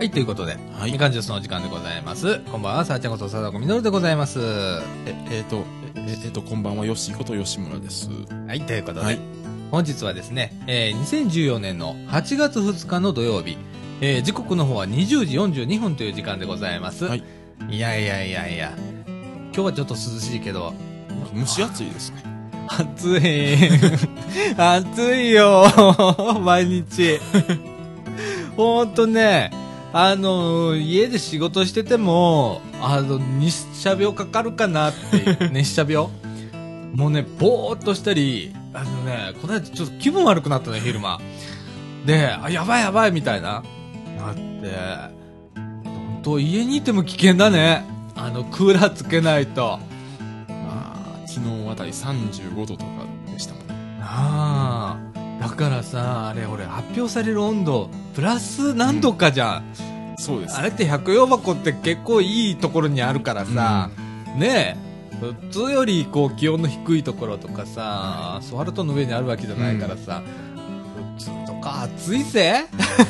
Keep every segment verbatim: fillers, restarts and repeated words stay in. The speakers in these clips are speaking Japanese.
はいということで、はい、みかんジュースのお時間でございます。こんばんは、さあちゃんこと貞子みのるでございます。 ええー、とええー、とこんばんは、よしこと吉村です。 はいということで、はい、本日はですね、えー、にせんじゅうよねんのはちがつふつかの土曜日、えー、時刻の方はにじゅうじよんじゅうにふんという時間でございます。はい、いやいやいやいや、今日はちょっと涼しいけど蒸し暑いですね。 暑い暑いよ毎日ほんとね、あの家で仕事しててもあの日射病かかるかなっていう熱射病もうねぼーっとしたり、あのねこの間ちょっと気分悪くなったね昼間で、あやばいやばいみたいななって、ほんと家にいても危険だね、あのクーラーつけないと。 昨日あたりさんじゅうごどとかでしたもんね。 ああ、だからさ、あれ俺発表される温度プラス何度かじゃん、 うん、そうです、ね、 あれって百葉箱って結構いいところにあるからさ、うん、ねえ普通よりこう気温の低いところとかさ、アスファルトの上にあるわけじゃないからさ、うん、普通とか暑いぜ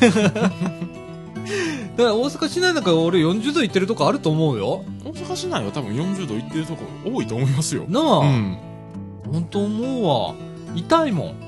だから大阪市内なんか俺よんじゅうどいってるとこあると思うよ。 大阪市内は多分よんじゅうどいってるとこ多いと思いますよ。 なあ、うん、本当思うわ。痛いもん、うん、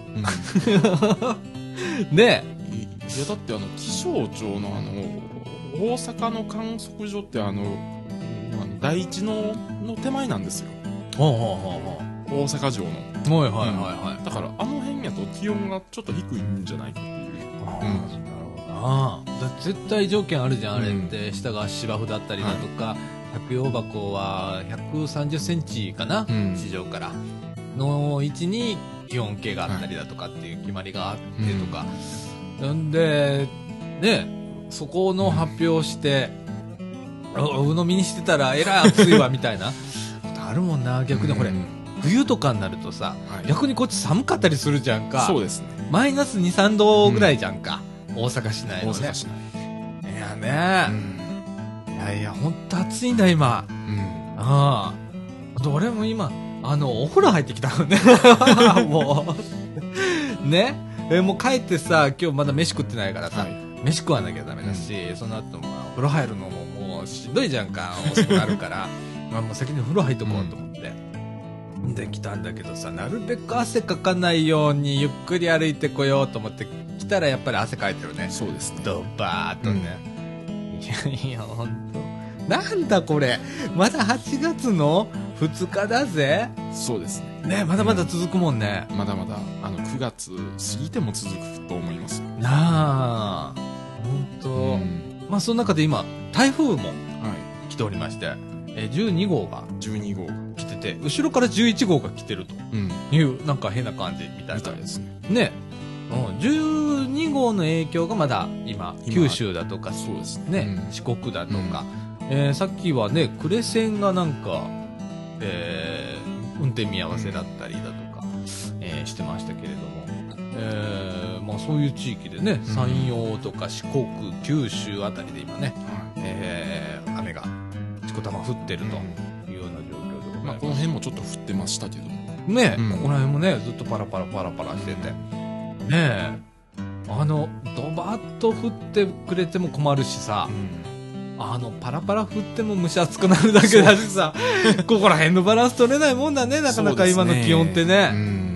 ねえ、 いやだってあの気象庁のあの大阪の観測所ってあの第一のの手前なんですよ。 はあはあはあ、大阪城の。はいはいはいはい、 うん、だからあの辺やと気温がちょっと低いんじゃないかっていう。 あ、うん、ああ、だ絶対条件あるじゃん、あれって、うん、下が芝生だったりだとか、はい、百葉箱はひゃくさんじゅっセンチかな、うん、地上からの位置に気温計があったりだとかっていう決まりがあってとか、うん、なんでね、そこの発表して、うん、鵜呑みにしてたらえらい暑いわみたいなことあるもんな。逆にこれ、うん、冬とかになるとさ、はい、逆にこっち寒かったりするじゃんか。 そうですね、 マイナスに、さんどぐらいじゃんか、うん、大阪市内のね。 大阪市内。 いやね、うん、いやいやほんと暑いんだ今、うん、ああ、俺も今あのお風呂入ってきたのねもうねえ、もう帰ってさ、今日まだ飯食ってないからさ、はい、飯食わなきゃダメだし、うん、その後まあお風呂入るのももうしんどいじゃんか、遅くなるからまあもう先に風呂入っとこうと思って、うん、で来たんだけどさ、なるべく汗かかないようにゆっくり歩いてこようと思って来たらやっぱり汗かいてるね。 そうですね、 ドバーっとね、うん、いやいやほんとなんだこれ、まだはちがつのふつかだぜ。 そうですね、 ね、まだまだ続くもんね、 うん、まだまだあのくがつ過ぎても続くと思いますなあ、ほんと、うん、まあその中で今台風も来ておりまして、はい、えじゅうにごうがじゅうにごう来てて、後ろからじゅういちごうが来てるという、うん、なんか変な感じみたいな、みたいですね。ね、うん、じゅうにごうの影響がまだ今九州だとか、 そうですね、ね、うん、四国だとか、うん、えー、さっきはね呉線がなんか、えー、運転見合わせだったりだとか、うん、えー、してましたけれども、えーまあ、そういう地域でね、うん、山陽とか四国九州あたりで今ね、うん、えー、雨がちこたま降ってるというような状況でございます。 まあ、この辺もちょっと降ってましたけどね、うん、ここら辺もねずっとパラパラパラパラしてて、うん、ねえ、あのドバッと降ってくれても困るしさ、うん、あのパラパラ降っても蒸し暑くなるだけだしさここら辺のバランス取れないもんだね、なかなか今の気温ってね、うん、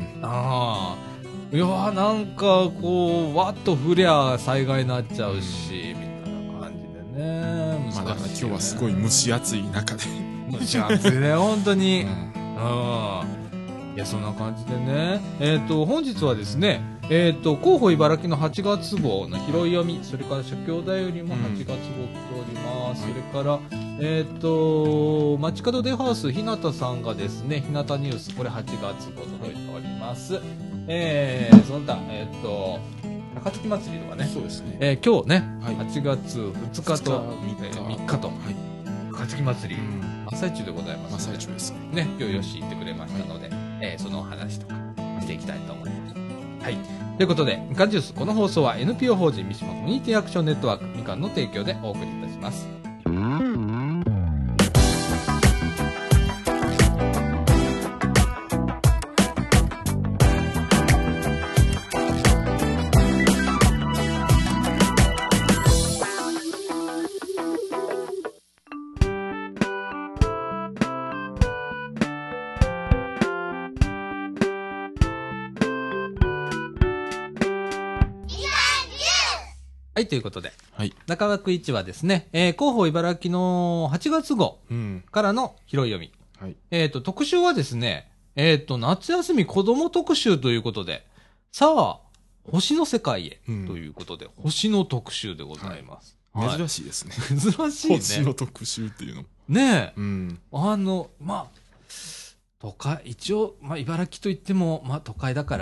ああ、いやーなんかこうわっと降りゃ災害になっちゃうし、みたいな感じでね、難しいね。 まあ、今日はすごい蒸し暑い中で蒸し暑いね本当に、うん、うん、いやそんな感じでね、えーと本日はですね、えーと広報茨城のはちがつ号の拾い読み、それから社協だよりもはちがつ号来ております、うん、それからえーと街角デハウス日向さんがですね、日向ニュース、これはちがつ号届いております。えー、その他、えっ、ー、と、高槻祭りとかね。 そうですね。 えー、今日ね、はい、はちがつふつかとみっか、 みっかと、はい、高槻祭り、うん、真っ最中でございます。 真っ最中ですね。 ね、今日よし行ってくれましたので、はい、えー、その話とかしていきたいと思います。はい。ということで、みかんジュース、この放送は エヌピーオー 法人三島コミュニティアクションネットワークみかんの提供でお送りいたします。 はい、ということで。 はい。 中枠いちはですね、えー、広報茨城のはちがつ号うん。 からの拾い読み。 はい。 えっ、と、特集はですね、えっ、と、夏休み子供特集ということで、さあ、星の世界へうんということで、星の特集でございます。はい珍しいですね。 珍しいね。 星の特集っていうの。 ねえ。 うん。 あの、まあ、都会、一応、まあ、茨城といっても、まあ、都会だから、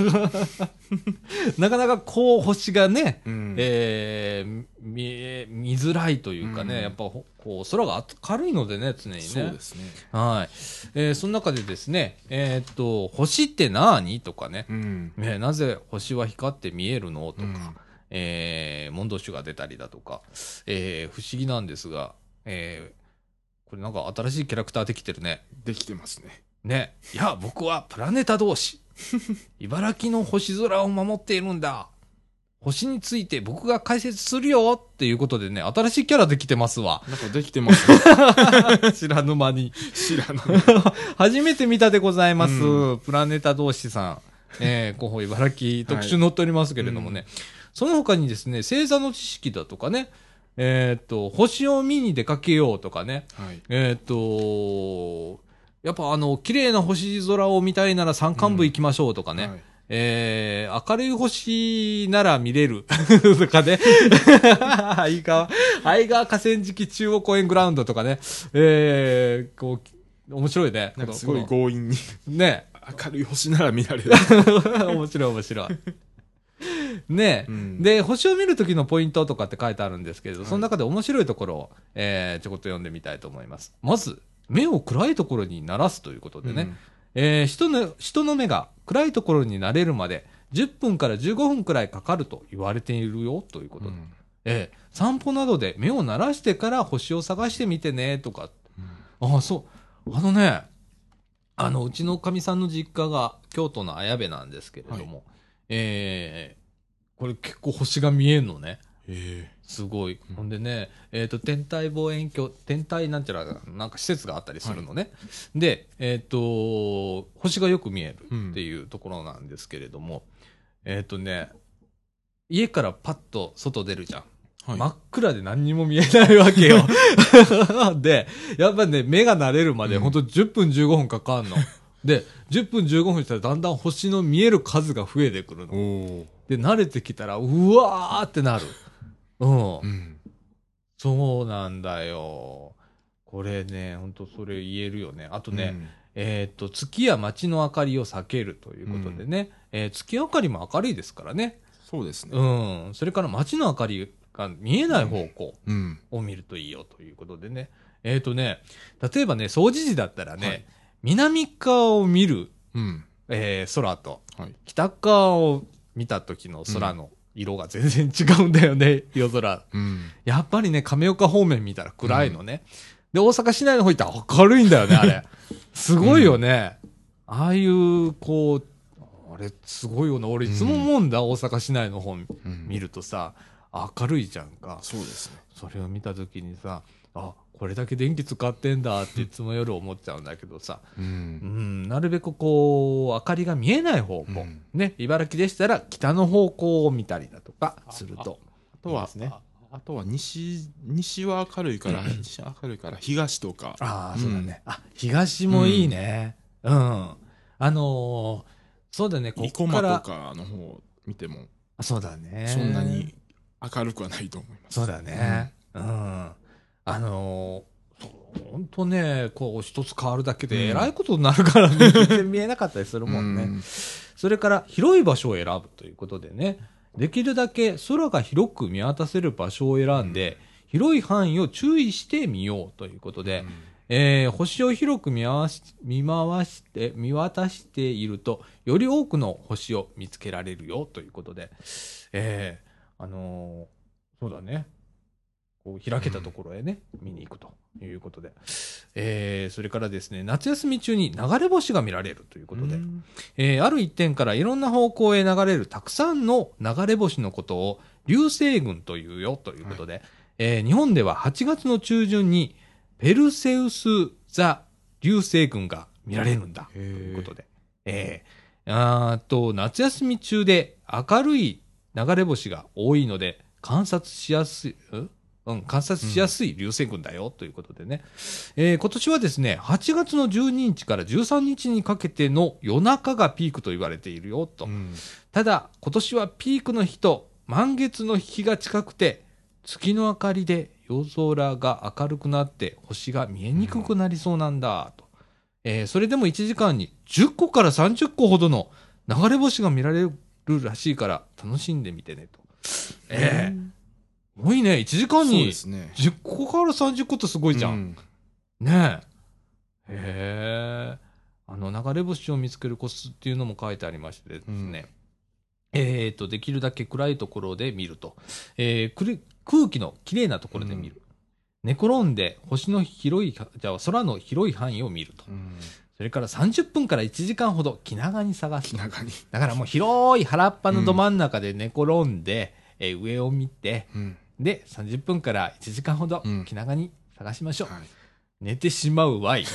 なかなかこう、星がね、 うん。 えー見え、見づらいというかね、 うんやっぱほ、こう、空が明るいのでね、常にね。 そうですね。 はい。えーその中でですね、えーっと、星って何とかね、 うん。 えーなぜ星は光って見えるのとか、 うんえー、モンド種が出たりだとか、えー不思議なんですが、えーこれなんか新しいキャラクターできてるね。 できてますね。 ね。いや、僕はプラネタ同士。茨城の星空を守っているんだ。星について僕が解説するよっていうことでね、新しいキャラできてますわ。 なんかできてますね。 知らぬ間に。 知らない。 初めて見たでございます。 うプラネタ同士さん。えー、広報茨城特集載っておりますけれどもね。 はいその他にですね、星座の知識だとかね、えっ、と、星を見に出かけようとかね、 はい。 えっ、と、やっぱあの、綺麗な星空を見たいなら山間部行きましょうとかね、 はい。 えー、明るい星なら見れるとかね、相川、相川河川敷中央公園グラウンドとかね、えー、こう、面白いね。 なんかすごいこ強引に。 のね。 明るい星なら見られる。 面白い面白い。ねえ、 うん、 で、星を見るときのポイントとかって書いてあるんですけれど、 はいその中で面白いところを、えー、ちょこっと読んでみたいと思います。まず、目を暗いところに慣らすということでね、 うんえー人の、人の目が暗いところに慣れるまでじゅっぷんからじゅうごふんくらいかかると言われているよということで、 うんえー散歩などで目を慣らしてから星を探してみてねとか、 うんああ、そう、あのね、あの、うちのかみさんの実家が京都の綾部なんですけれども、えーこれ結構星が見えんのね。 えすごい。 うんほんでね、えっ、と、天体望遠鏡、天体なんちゃら、なんか施設があったりするのね。で、えっ、と、星がよく見えるっていうところなんですけれども、えっ、とね、家からパッと外出るじゃん。 ーはい。 真っ暗で何にも見えないわけよ。で、やっぱね、目が慣れるまでうんほんとじゅっぷんじゅうごふんかかんの。で、じゅっぷんじゅうごふんしたらだんだん星の見える数が増えてくるおの。 ーで、慣れてきたら、うわーってなる。うん。 うん。 そうなんだよ。これね、ほんとそれ言えるよね。あとね、 うんえっ、と、月や街の明かりを避けるということでね、えー月明かりも明るいですからね。 そうですね。 うん。それから街の明かりが見えない方向うん。 を見るといいよということでね。えっ、とね、例えばね、掃除時だったらね、 はい南側を見る、 うん。 えー空と、 はい。 北側を見た時の空の色が全然違うんだよね、夜空。 うん。 やっぱりね、亀岡方面見たら暗いのね。で、大阪市内の方行ったら明るいんだよね、あれ。すごいよね。ああいう、こう、あれ、すごいよな。俺いつも思うんだ、大阪市内の方うん見るとさ、明るいじゃんか。 そうですね。 それを見た時にさ、あ、これだけ電気使ってんだっていつも夜思っちゃうんだけどさ、 う。 うんん、なるべくこう、明かりが見えない方向、 うんね、茨城でしたら北の方向を見たりだとかすると。 あとは、 いいですねああとは西、西は明るいから、西は明るいから、東とか。 ああ、そうだね。あ、東もいいね。うん。あのーそうだね、こ生駒っから。 とかの方見ても、 あそうだね。 そんなに明るくはないと思います。 そうだね。うん。あのーそうほんとね、こう一つ変わるだけで、 うんえらいことになるからね、全然見えなかったりするもんね。 うんそれから、広い場所を選ぶということでね、できるだけ空が広く見渡せる場所を選んで、広い範囲を注意してみようということで、えー星を広く見回し見回して見渡しているとより多くの星を見つけられるよということで、えーあのーそうだね、こう開けたところへね、見に行くということで、えーそれからですね、夏休み中に流れ星が見られるということで、 うんえーある一点からいろんな方向へ流れるたくさんの流れ星のことを流星群というよということで、えー日本でははちがつの中旬にペルセウス座流星群が見られるんだということで、えーあーと夏休み中で明るい流れ星が多いので観察しやすい、うんうん、観察しやすい流星群だよ、ということでね。えー、今年はですね、はちがつのじゅうににちからじゅうさんにちにかけての夜中がピークと言われているよ、と。うん、ただ、今年はピークの日と満月の日が近くて、月の明かりで夜空が明るくなって星が見えにくくなりそうなんだ、と。えー、それでもいちじかんにじゅっこからさんじゅっこほどの流れ星が見られるらしいから楽しんでみてね、と。えー、多いね。いちじかんにじゅっこからさんじゅっこってすごいじゃん。うん、ねえ。へえ。あの、流れ星を見つけるコツっていうのも書いてありましてですね。うん、えっと、できるだけ暗いところで見ると。えー、空気のきれいなところで見る。うん、寝転んで星の広い、じゃあ空の広い範囲を見ると。うん、それからさんじゅっぷんからいちじかんほど気長に探す。気長に。だからもう広い原っぱのど真ん中で寝転んで、うん、えー、上を見て、うんで、さんじゅっぷんからいちじかんほど気長に探しましょう。うんはい、寝てしまうわい。い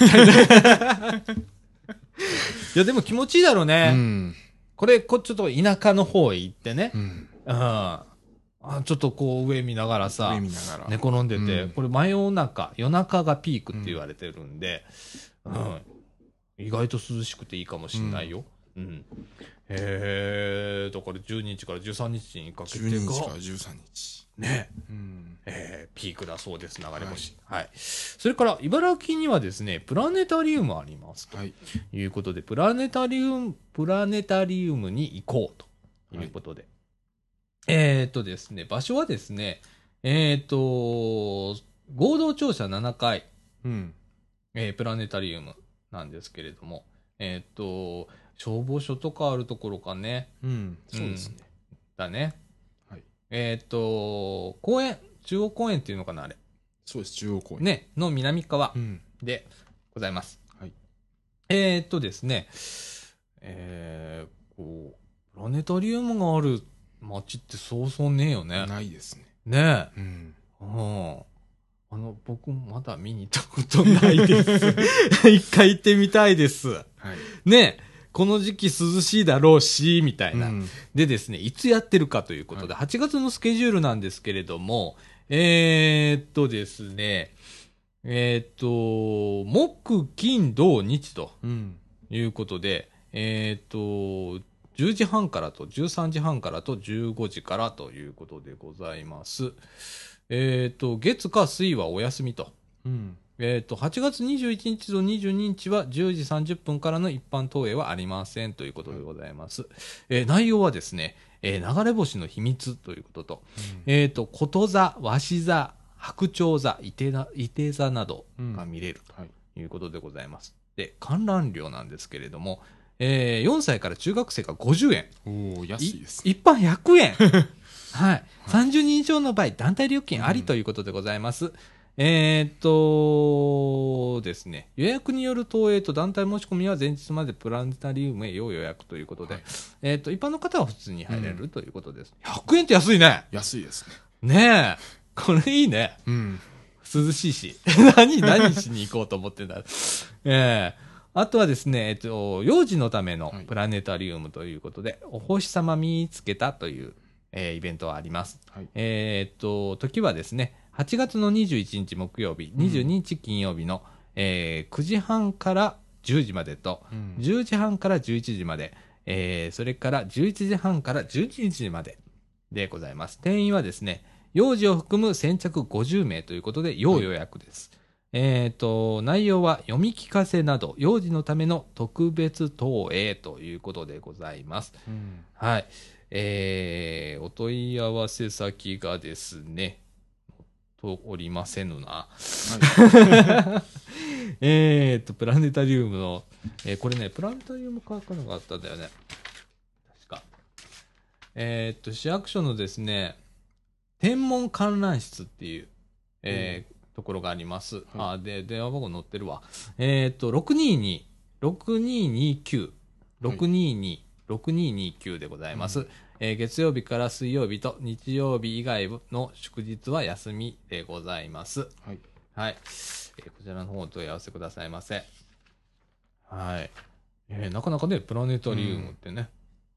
や、でも気持ちいいだろうね。うん、これ、こちょっと田舎の方へ行ってね。うん、あちょっとこう上見ながらさ、見ながら寝転んでて、うん、これ真夜中、夜中がピークって言われてるんで、うんうん、意外と涼しくていいかもしれないよ。うん。うん、へえ、だからじゅうににちからじゅうさんにちにかけてが。じゅうににちからじゅうさんにち。ね、うんえー、ピークだそうです、流れ星、はいはい。それから、茨城にはですね、プラネタリウムありますということで、はい、プラネタリウム、プラネタリウムに行こうということで。はい、えー、っとですね、場所はですね、えー、っと、合同庁舎ななかい、うんえー、プラネタリウムなんですけれども、えー、っと、消防署とかあるところかね。うん、そうですね。うん、だね。えっと、公園、中央公園っていうのかな、あれ。 そうです、中央公園。 ね、の南側でございます。うん、はい。えっとですね、えー、こう、プラネタリウムがある街ってそうそうねえよね。 ないですね。 ねえ。うん。うん。あの、僕まだ見に行ったことないです。一回行ってみたいです。はい。ねえ。この時期涼しいだろうし、みたいな、うん。でですね、いつやってるかということで、はい、はちがつのスケジュールなんですけれども、えー、っとですね、えー、っと、木、金、土、日ということで、うん、えー、っと、じゅうじはんからとじゅうさんじはんからとじゅうごじからということでございます。えー、っと、月火水はお休みと。うんえっ、と、はちがつにじゅういちにちとにじゅうににちはじゅうじさんじゅっぷんからの一般投影はありませんということでございます。はいえー、内容はですね、えー、流れ星の秘密ということと、うん、えっ、と、こと座、わし座、白鳥座、いてな、いて座などが見れるということでございます。うんはい、で、観覧料なんですけれども、えー、よんさいから中学生がごじゅうえん。 おー、安いですね。 一般ひゃくえん。はい。さんじゅうにん以上の場合、団体料金ありということでございます。うんえーっとですね、予約による投影と団体申し込みは前日までプラネタリウムへ要予約ということで、はい、えーっと、一般の方は普通に入れる、うん、ということです。ひゃくえんって安いね。 安いですね。 ねえ。これいいね。うん。涼しいし。何、何しに行こうと思ってんだ。ええー、あとはですね、えっと、幼児のためのプラネタリウムということで、はい、お星様見つけたという、えー、イベントはあります。はい、えー、っと、時はですね、はちがつのにじゅういちにち木曜日、にじゅうににち金曜日の、えー、くじはんからじゅうじまでと、うん、じゅうじはんからじゅういちじまで、えー、それからじゅういちじはんからじゅうにじまででございます。定員はですね、幼児を含む先着ごじゅうめいということで、要予約です。はい、えっと、内容は読み聞かせなど、幼児のための特別投影ということでございます。うん、はい。えー、お問い合わせ先がですね、とおりませぬな。はい、えっと、プラネタリウムの、えー、これね、プラネタリウム書かなかったんだよね。確か。えっと、市役所のですね、天文観覧室っていう、えーうん、ところがあります。はい、あ、で、電話番号載ってるわ。えっと、ろくにーにー、ろくにーにーきゅう、ろくにーにー、ろくにーにーきゅうでございます。うんえー、月曜日から水曜日と日曜日以外の祝日は休みでございます。はい。はい。えー、こちらの方お問い合わせくださいませ。はい。えー、なかなかね、プラネタリウムってね、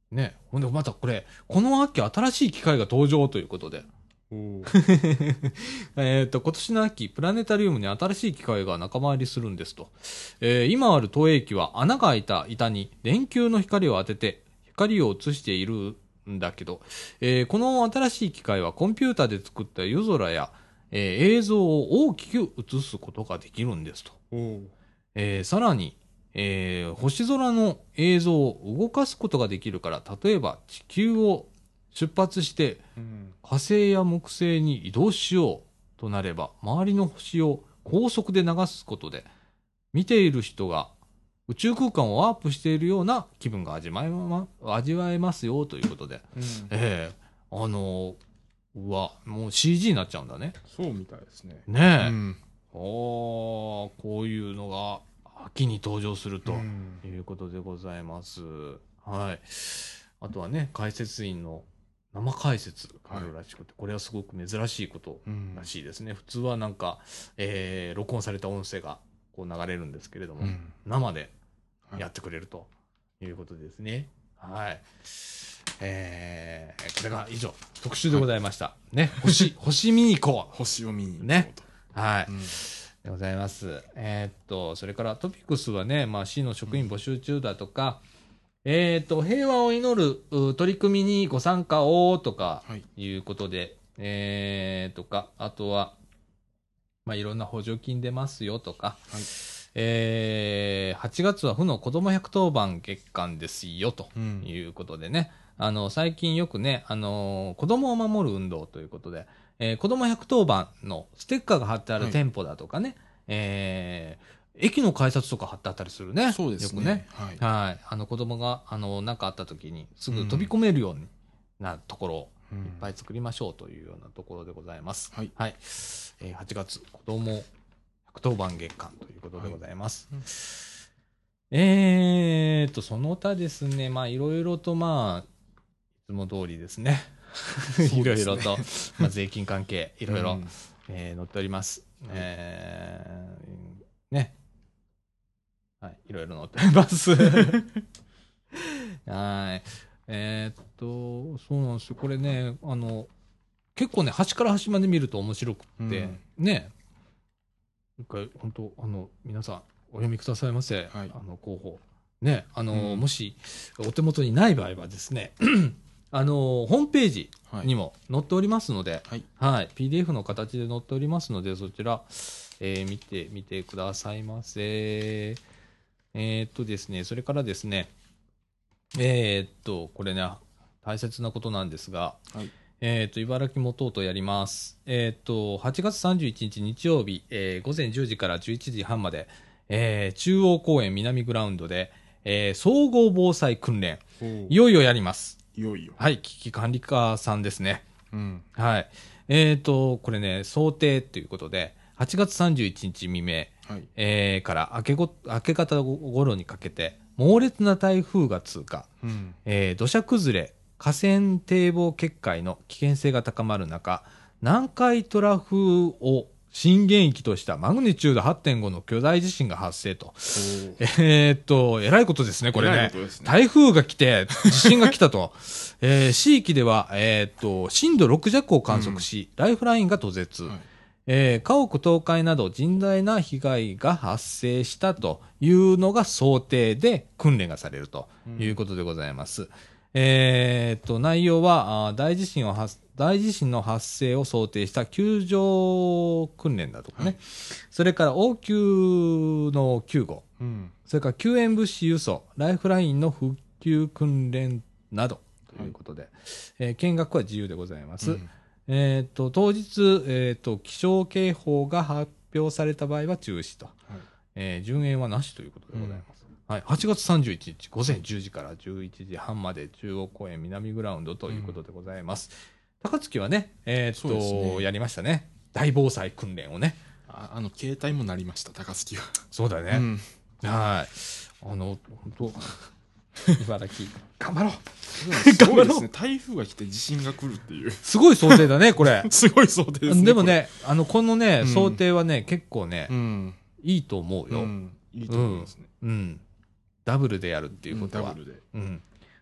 ね。ほんで、またこれ、この秋新しい機械が登場ということで。 おえっと、今年の秋、プラネタリウムに新しい機械が仲間入りするんですと。えー今ある投影機は穴が開いた板に電球の光を当てて、光を映しているんだけど、えーこの新しい機械はコンピューターで作った夜空や、えー映像を大きく映すことができるんですと。 おえーさらに、えー星空の映像を動かすことができるから、例えば地球を出発してうん火星や木星に移動しようとなれば、周りの星を高速で流すことで、見ている人が宇宙空間をワープしているような気分が味わえま、味わえますよということで。 うんええあのーうわ、もう シージー になっちゃうんだね。 そうみたいですね。 ねえ。 うんおー、こういうのが秋に登場するとうんいうことでございます。はい。あとはね、解説員の生解説があるらしくて、これはすごく珍しいことうんらしいですね。普通はなんか、えー録音された音声がこう流れるんですけれども、 うん生ではいやってくれるということですね。はい。えー、これが以上、特集でございました。ね、星、星見に行こ星を見に行こうと。 ねう。はい。 うんでございます。えーっと、それからトピックスはね、まあ、市の職員募集中だとか、えーっと、平和を祈るう取り組みにご参加をとかはい。 いうことで、えーとか、あとは、まあ、いろんな補助金出ますよとか、 はいえー、はちがつは府の子どもひゃくとおばん月間ですよとうんいうことでね、あの、最近よくね、あのー子供を守る運動ということで、えー、子供ひゃくとおばんのステッカーが貼ってあるはい店舗だとかね、えー、駅の改札とか貼ってあったりするね。 そうですね。 よくね。 はい。 はい。あの子供が、あの、なんかあった時にすぐ飛び込めるようなところをうんいっぱい作りましょうというようなところでございます。 はいはい。えー、はちがつ、子供ひゃくとおばん月間ということでございます。 はいうんえーと、その他ですね、まあ、いろいろと、まあ、いつも通りですね。いろいろと、まあ、税金関係、いろいろ、 うんえー載っております。 はいえーね。はい、いろいろ載っております。はい。えーっと、そうなんですよ。これね、あの、結構ね、端から端まで見ると面白くって、 うんね。一回、本当あの、皆さん、お読みくださいませ。 はいあの、広報。ね、あの、 うんもし、お手元にない場合はですね、あの、ホームページはい。 にも載っておりますので、 はい。 はい、ピーディーエフ の形で載っておりますので、そちら、えー見てみてくださいませ。えーっとですね、それからですね、えーっと、これね、大切なことなんですが、 はい。 えーっと、茨城もとうとやります。えーっと、はちがつさんじゅういちにち日曜日、えー午前じゅうじからじゅういちじはんまで、えー中央公園南グラウンドで、えー総合防災訓練、 おーいよいよやります。 いよいよ。 はい、危機管理課さんですね。 うん。 はい。えーと、これね、想定ということで、はちがつさんじゅういちにち未明、 はい。 えーから明けご明け方頃にかけて、猛烈な台風が通過、 うん。 えー土砂崩れ、河川堤防決壊の危険性が高まる中、南海トラフを震源域としたマグニチュードはってんごの巨大地震が発生と。 おーえーっと、えらいことですね、これえらいねことです。ね台風が来て、地震が来たと。えー地域では、えーっと、震度ろく弱を観測し、ライフラインが途絶。 はい。 えー家屋倒壊など甚大な被害が発生したというのが想定で訓練がされるということでございます。えーっと、内容は、あー大地震を発、大地震の発生を想定した救助訓練だとかね。 はいそれから応急の救護。 うん。 それから救援物資輸送、ライフラインの復旧訓練などということで、えー見学は自由でございます。 うんえーっと、当日、えーっと、気象警報が発表された場合は中止と。 はい。 えー順延はなしということでございます。はい。はちがつさんじゅういちにち午前じゅうじからじゅういちじはんまで中央公園南グラウンドということでございます。高槻はね、えーっそうですと、 ねやりましたね。大防災訓練をね。 ああの、携帯もなりました、高槻は。 そうだね。 うん。 はい。あの、本当茨城、頑張ろう。 すごいですね。台風が来て地震が来るっていう。 すごい想定だね、これ。 すごい想定ですね。 でもね、あの、このね、 うん想定はね、結構ねこれ、、うん。 いいと思うよ。 うん。いいと思いますね。 うん。ダブルでやるっていうことは。 ダブルで。 うん。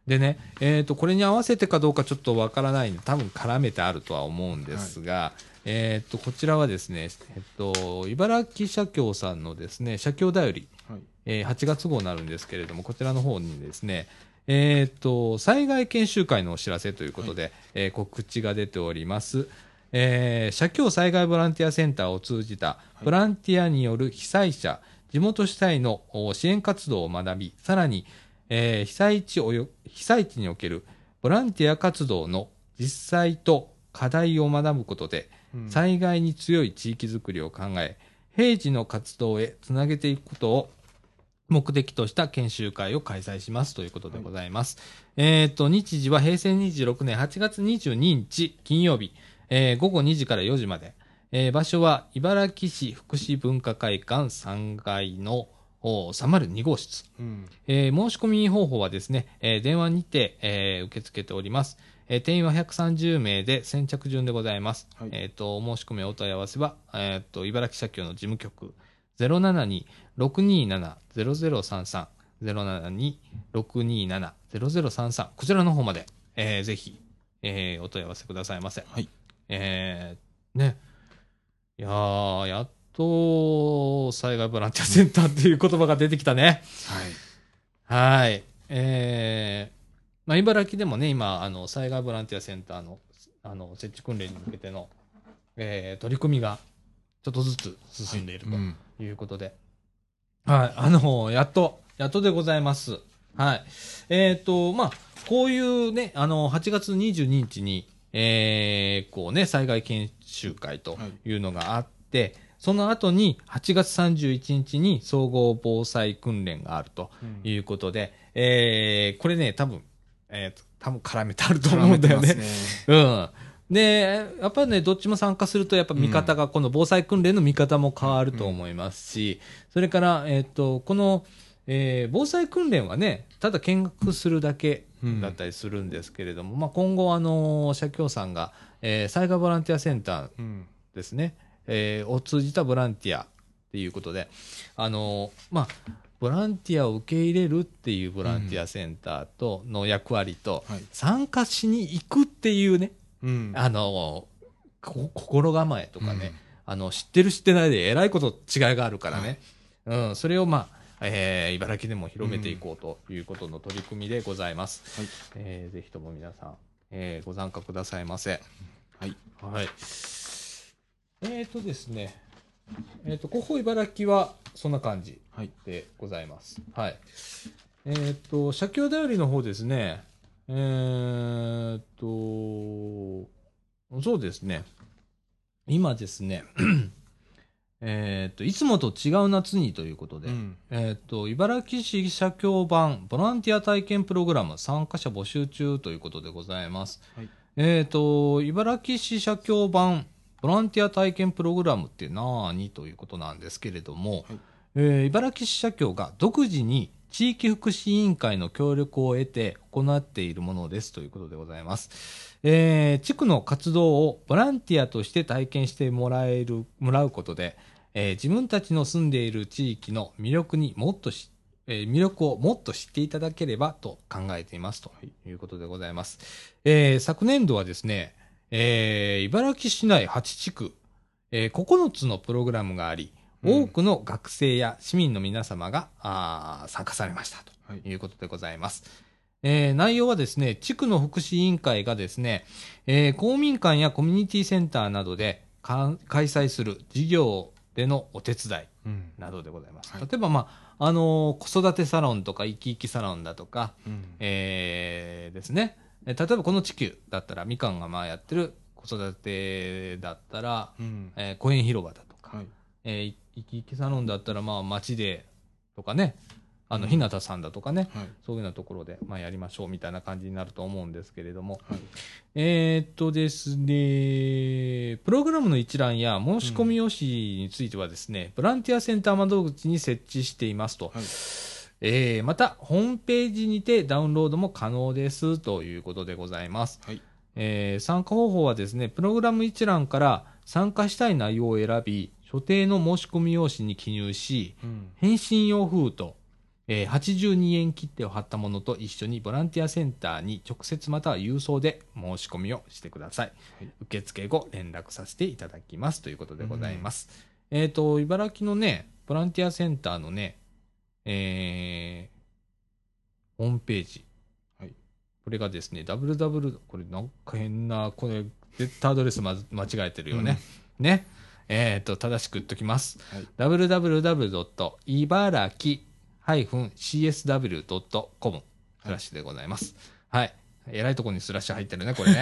でね、えっ、と、これに合わせてかどうかちょっとわからないんで、多分絡めてあるとは思うんですが、はい、えっ、と、こちらはですね、えっ、と、茨城社協さんのですね、社協だより、はい、えー、はちがつ号になるんですけれども、こちらの方にですね、えっ、と、災害研修会のお知らせということで、はい、えー、告知が出ております。えー、社協災害ボランティアセンターを通じた、ボランティアによる被災者、地元主体の支援活動を学び、さらに、えー、被災地およ、被災地におけるボランティア活動の実際と課題を学ぶことで、うん、災害に強い地域づくりを考え、平時の活動へつなげていくことを目的とした研修会を開催しますということでございます。はい、えっ、ー、と、日時はへいせいにじゅうろくねんはちがつにじゅうににち金曜日、えー、ごごにじからよじまで、えー、場所は茨城市福祉文化会館さんがいのさんまるにごうしつ、うんえー、申し込み方法はですね、えー、電話にて、えー、受け付けております。えー、定員はひゃくさんじゅうめいで先着順でございます。はい、えっ、ー、と、お申し込みお問い合わせは、えっ、ー、と、茨城社協の事務局 ゼロななに ろくにーなな ゼロゼロさんさん ゼロななに ろくにーなな ゼロゼロさんさんこちらの方まで、えー、ぜひ、えー、お問い合わせくださいませ。はい。えー、ね。いやー、やっと、災害ボランティアセンターっていう言葉が出てきたね。はい。はい。えー、まあ、茨城でもね、今、あの、災害ボランティアセンターの、あの、設置訓練に向けての、えー、取り組みが、ちょっとずつ進んでいるということで。はい、はい。あの、やっと、やっとでございます。はい。えっ、ー、と、まあ、こういうね、あの、はちがつにじゅうににちに、えー、こうね、災害研修会というのがあって、はい、その後にはちがつさんじゅういちにちに総合防災訓練があるということで、うん、えー、これね、多分、えー、多分絡めてあると思うんだよね。ねうん。で、やっぱりね、どっちも参加すると、やっぱ見方が、うん、この防災訓練の見方も変わると思いますし、うん、それから、えっ、ー、と、この、えー、防災訓練はね、ただ見学するだけだったりするんですけれども、うん、まあ、今後、あの、社協さんが、えー、災害ボランティアセンターですね、うん、えー、を通じたボランティアっていうことで、あの、まあ、ボランティアを受け入れるっていうボランティアセンターとの役割と、うんはい、参加しに行くっていうね、うん、あの、心構えとかね、うん、あの、知ってる知ってないでえらいこと違いがあるからね、はい、うん、それをまあ、えー、茨城でも広めていこうということの取り組みでございます。うんはいえー、ぜひとも皆さん、えー、ご参加くださいませ。はい。はい。えーとですね、えーと、広報茨城はそんな感じでございます。はい。はい、えーと、社協だよりの方ですね、えーと、そうですね、今ですね、えっと、いつもと違う夏にということで、うん、えっと、茨城市社協版ボランティア体験プログラム参加者募集中ということでございます。はい、えっと、茨城市社協版ボランティア体験プログラムって何ということなんですけれども、はいえー、茨城市社協が独自に地域福祉委員会の協力を得て行っているものですということでございます。えー、地区の活動をボランティアとして体験してもらえる、もらうことで、えー、自分たちの住んでいる地域の魅力にもっとし、えー、魅力をもっと知っていただければと考えていますということでございます。えー、昨年度はですね、えー、茨城市内はちちく、えー、ここのつのプログラムがあり、多くの学生や市民の皆様が、あ参加されましたということでございます。はいえー、内容はですね、地区の福祉委員会がですね、えー、公民館やコミュニティセンターなどで開催する事業でのお手伝いなどでございます。うんはい、例えば、まあ、あのー、子育てサロンとか生き生きサロンだとか、うんえー、ですね、例えばこの地区だったらみかんがまあやってる子育てだったら、うんえー、公園広場だとか、はいえー、生き生きサロンだったらまあ街でとかね、あの、日向さんだとかね、はい、そういうようなところで、まあ、やりましょうみたいな感じになると思うんですけれども、はい、えー、っとですね、プログラムの一覧や申し込み用紙についてはですね、うん、ボランティアセンター窓口に設置していますと、はいえー、また、ホームページにてダウンロードも可能ですということでございます。はいえー、参加方法はですね、プログラム一覧から参加したい内容を選び、所定の申し込み用紙に記入し、うん、返信用封筒、 えー、はちじゅうにえん切手を貼ったものと一緒にボランティアセンターに直接または郵送で申し込みをしてください。はい、受付後連絡させていただきますということでございます。うん、えっ、ー、と、茨城のね、ボランティアセンターのね、えー、ホームページ。はい、これがですね、ダブリューダブリュー、これなんか変な、これ、絶対アドレスまず間違えてるよね。うん、ね。えっ、ー、と、正しく言っときます。はい、ダブリューダブリューダブリュードットいばらき シーエスダブリュードットコム スラッシュでございます。はい。えらいところにスラッシュ入ってるね、これね。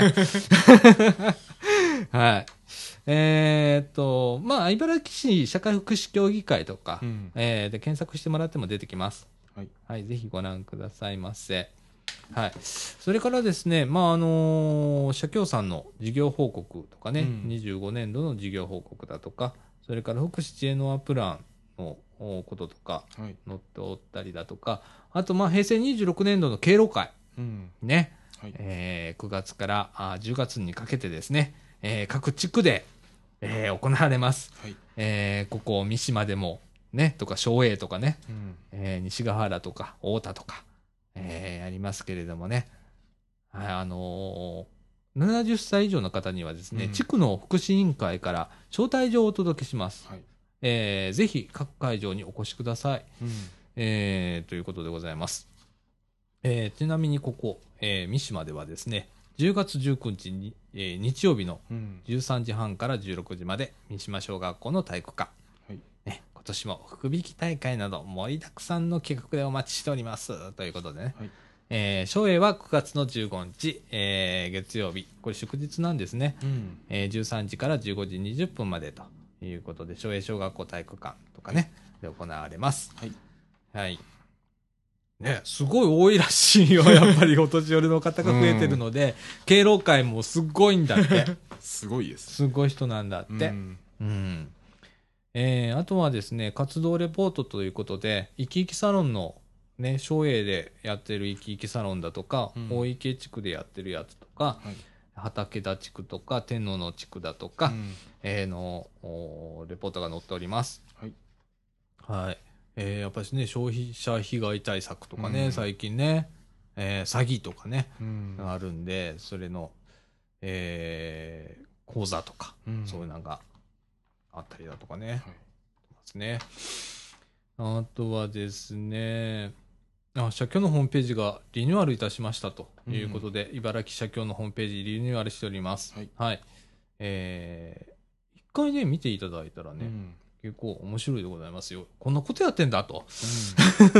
はい。えー、っと、まあ、茨城市社会福祉協議会とか、うん、えー、で検索してもらっても出てきます。はい。はい、ぜひご覧くださいませ。はい。それからですね、まあ、あのー、社協さんの事業報告とかね、うん、にじゅうごねんどの事業報告だとか、それから福祉知恵のアプランのこととか、載っておったりだとか、はい、あと、まあ、平成にじゅうろくねんどの敬老会、うん、ね、はい、えー、くがつからあじゅうがつにかけてですね、えー、各地区で、えー、行われます。はい、えー、ここ、三島でも、ね、とか、松栄とかね、うん、えー、西ヶ原とか、太田とか、えー、ありますけれどもね、はい、あのー、ななじゅっさい以上の方にはですね、うん、地区の福祉委員会から招待状をお届けします。はい、えー、ぜひ各会場にお越しください。うん、えー、ということでございます。えー、ちなみにここ、えー、三島ではですね、じゅうがつじゅうくにちに、えー、日曜日のじゅうさんじはんからじゅうろくじまで三島小学校の体育館、はいね、今年も福引き大会など盛りだくさんの企画でお待ちしておりますということでね、はい、えー、松栄はくがつのじゅうごにち、えー、月曜日、これ祝日なんですね、うん、えー、じゅうさんじからじゅうごじにじゅっぷんまでということで、松栄小学校体育館とかね、で行われます。はい、はい、ね、すごい多いらしいよ、やっぱりお年寄りの方が増えてるので、うん、敬老会もすごいんだって。 すごいです。 すごい人なんだって。うん。うん、えー、あとはですね、活動レポートということで、いきいきサロンの、ね、松栄でやってるいきいきサロンだとか、うん、大池地区でやってるやつとか、はい、畠田地区とか、天皇の地区だとか、うん、えー、のレポートが載っております。はい。はい。えー、やっぱりね、消費者被害対策とかね、うん、最近ね、えー、詐欺とかね、うん、あるんで、それの、えー、講座とか、うん、そういうのがあったりだとかね、はい、ますね。あとはですね、あ、社協のホームページがリニューアルいたしましたということで、うん、茨城社協のホームページリニューアルしております。はい。はい、えー、一回ね、見ていただいたらね、うん、結構面白いでございますよ。こんなことやってんだと。うん、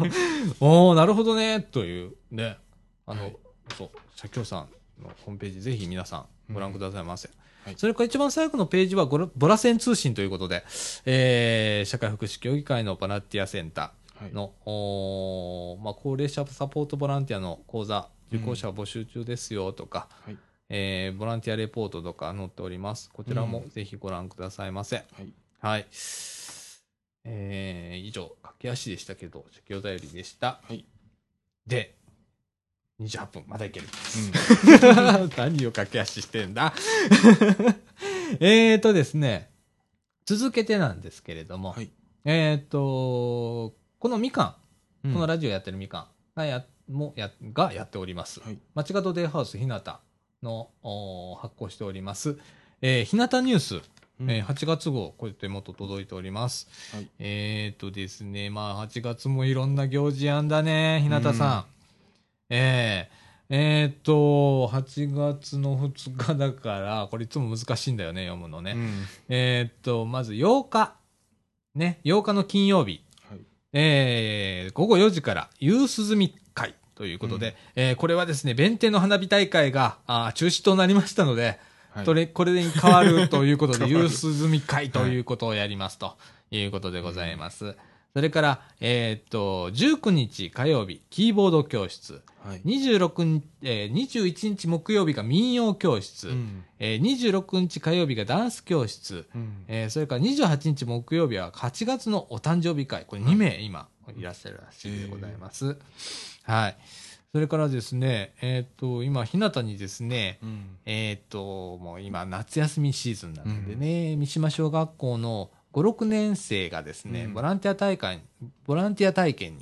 おー、なるほどね、というね。あの、はい、そう、社協さんのホームページ、ぜひ皆さんご覧くださいませ。うん、はい、それから一番最後のページはボラ、ボラセン通信ということで、えー、社会福祉協議会のボランティアセンターの、はい、おまあ、高齢者サポートボランティアの講座、受講者募集中ですよとか、うん、はい、えー、ボランティアレポートとか載っております。こちらもぜひご覧くださいませ。うん、はいはい。えー、以上、駆け足でしたけど、社協だよりでした。はい。で、にじゅうはっぷん、まだいける。うん、何を駆け足してんだえーとですね、続けてなんですけれども、はい、えーと、このみかん、うん、このラジオやってるみかんがや、もやがやっております。はい、街角デイハウスひなたの発行しております、えー、ひなたニュース、うん、えー、はちがつ号、こうやってもと届いております。はい、えーとですね、まあはちがつもいろんな行事やんだね、ひなたさん。うん、えー、えーと、はちがつのふつかだから、これいつも難しいんだよね、読むのね。うん、えーと、まずようか。ね、ようかの金曜日。はい、えー、ごごよじから、夕涼み会ということで、うん、えー、これはですね、弁天の花火大会があ中止となりましたので、はい、これ、これに変わるということで、夕涼み会ということをやりますということでございます。はい、それから、えー、っと、じゅうくにち火曜日、キーボード教室。はい、にじゅうろくにち、えー、にじゅういちにち木曜日が民謡教室。うん、えー、にじゅうろくにち火曜日がダンス教室。うん、えー、それからにじゅうはちにち木曜日ははちがつのお誕生日会。これにめい今いらっしゃるらしいでございます。はい。それからですね、えっ、ー、と、今、日向にですね、うん、えっ、ー、と、もう今、夏休みシーズンなのでね、うん、三島小学校のご、ろくねん生がですね、うん、ボランティア大会、ボランティア体験に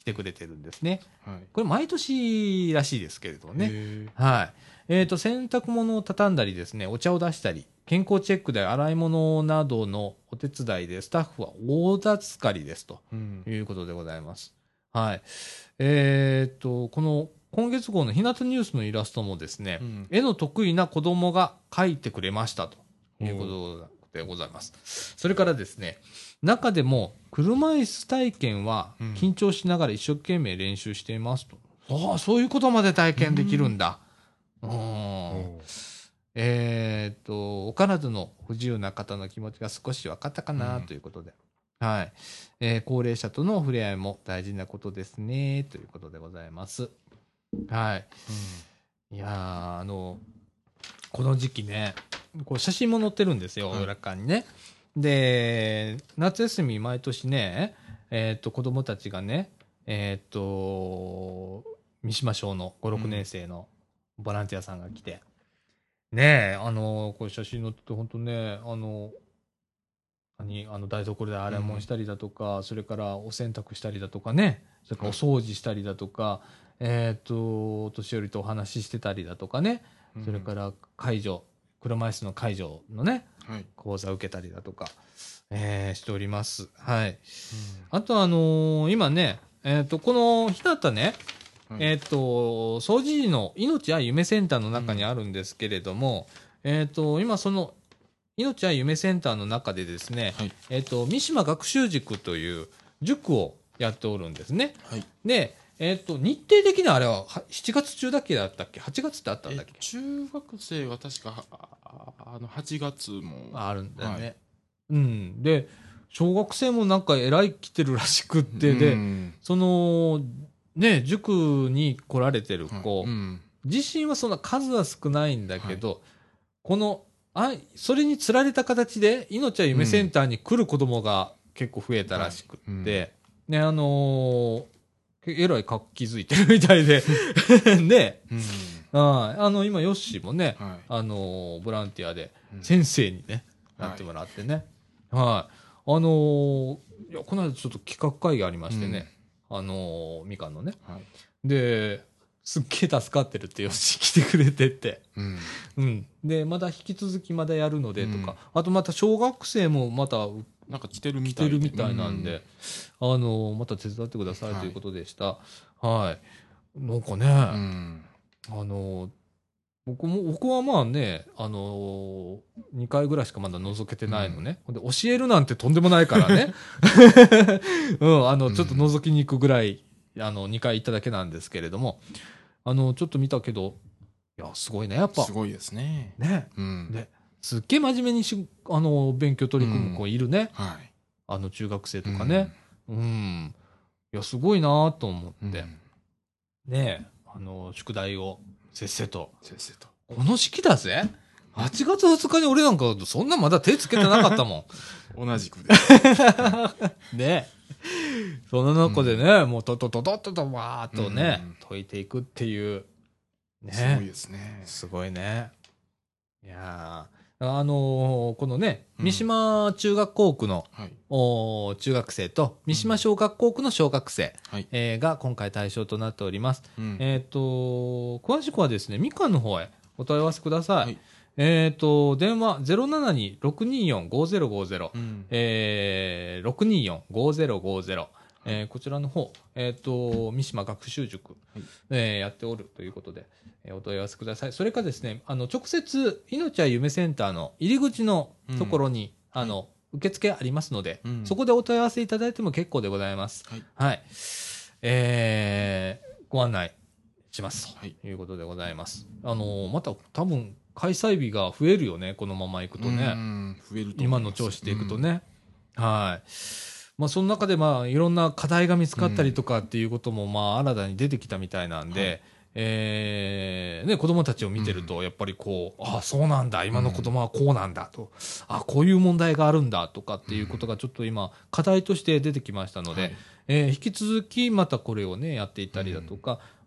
てくれてるんですね。 はい。 これ毎年らしいですけれどね。 へはい。えっと、洗濯物を畳んだりですね、お茶を出したり、健康チェックで洗い物などのお手伝いでスタッフは大助かりですとーうん。 いうことでございます。はい。えっと、この今月号の日向ニュースのイラストもですね、 うん。 絵の得意な子供が描いてくれましたということでございます。それからですね、中でも車椅子体験はうん緊張しながら一生懸命練習していますと。ああ、そういうことまで体験できるんだ。うん。 おえっと、お体の不自由な方の気持ちが少し分かったかなということで。はい。えー高齢者との触れ合いも大事なことですね、ということでございます。はい。いやー、あの、この時期ね、こう写真も載ってるんですよ、 はい裏側にね。で、夏休み毎年ね、えっと、子供たちがね、えっと、三島小のご、ろくねん生のボランティアさんが来て、ねえ、あの、こう写真載ってて、本当ね、あの、何あの台所で洗い物したりだとか、それからお洗濯したりだとかね、それからお掃除したりだとか、えっと、お年寄りとお話ししてたりだとかね、 うんそれから介助、車椅子の介助のね、 はい。 講座を受けたりだとか、えーしております。はい。あとあのー今ね、えっと、この日向ね、 はいえっと、掃除時の命や夢センターの中にあるんですけれども、えっと、今その命や夢センターの中でですね、 はい。 えっと、三島学習塾という塾をやっておるんですね。 はい。 で、えっと、日程的にはあれははしちがつ中だけだったっけ ?はち 月ってあったんだっけえ中学生は確か、ああの、はちがつも。 ああるんだよね。 はいうん。で、小学生もなんか偉い来てるらしくって、 うで、 んその、ね、塾に来られてるはい子、 うん自身はそんな数は少ないんだけど、この、あ、それにつられた形で、命は夢センターに来る子供が結構増えたらしくって、 はいうんね、あのーえらい活気づいてるみたいで、ね、 うんはいあの、今、ヨッシーもね、 はいあのーボランティアでうん先生にね、 はいなってもらってね、はい、あのーいや、この間ちょっと企画会議ありましてね、あのーみかんのね、 はいで、すっげえ助かってるってヨッシー来てくれてって、 うんうん。で、まだ引き続きまだやるのでとか、あとまた小学生もまたなんか来てるみ来たいでてるみたいなんで、あの、また手伝ってくださいはいということでした。はい。なんかね、 うんあの、僕も、僕はまあね、あのにかいぐらいしかまだ覗けてないのね。ほんで、教えるなんてとんでもないからね。うん、あの、ちょっと覗きに行くぐらい、あの、にかい行っただけなんですけれども、あの、ちょっと見たけど、いや、すごいね、やっぱす。ごいですね。 ね。 うんねすっげえ真面目にし、あの、勉強取り組む子いるね。 はい。 あの、中学生とかね。うん。いや、すごいなと思うん。 って。ねえ、あの、宿題をせっせと。 先生と。 この時期だぜ ?はち 月ふつかに俺なんか、そんなまだ手つけてなかったも同じくです。 ん。ねえ。その中でね、もうとっとととっととわーっとね、 うん解いていくっていう。ねすごいですね。 すごいね。いやーあのーこのね、 うん三島中学校区の、 はい。 おー中学生と三島小学校区の小学生、 はい。 えーが今回対象となっております。 うんえっ、と、詳しくはですね、みかんの方へお問い合わせください。 はいえっ、と、電話 ゼロななに ろくにーよん ごーぜろごーぜろ、 うんえー、ろくにーよん ごーぜろごーぜろ、えーこちらの方、えっ、と、三島学習塾、 はいえーやっておるということで、えーお問い合わせください。それからですね、あの、直接、命は夢センターの入り口のところに、 うんあの、受付ありますので、 うんそこでお問い合わせいただいても結構でございます。 はい。 はい。えー、ご案内します。 はい。 ということでございます。あのーまた多分、開催日が増えるよね、このまま行くとうね。 ん増えると思い今ますの調子でいくとね。はい。まあ、その中で、まあ、いろんな課題が見つかったりとかっていうことも、まあ、新たに出てきたみたいなんで、 はいえーね、子供たちを見てると、やっぱりこう、ああ、そうなんだ、今の子供はこうなんだと、あこういう問題があるんだとかっていうことがちょっと今、課題として出てきましたので、 はいえー引き続きまたこれをね、やっていったりだとか、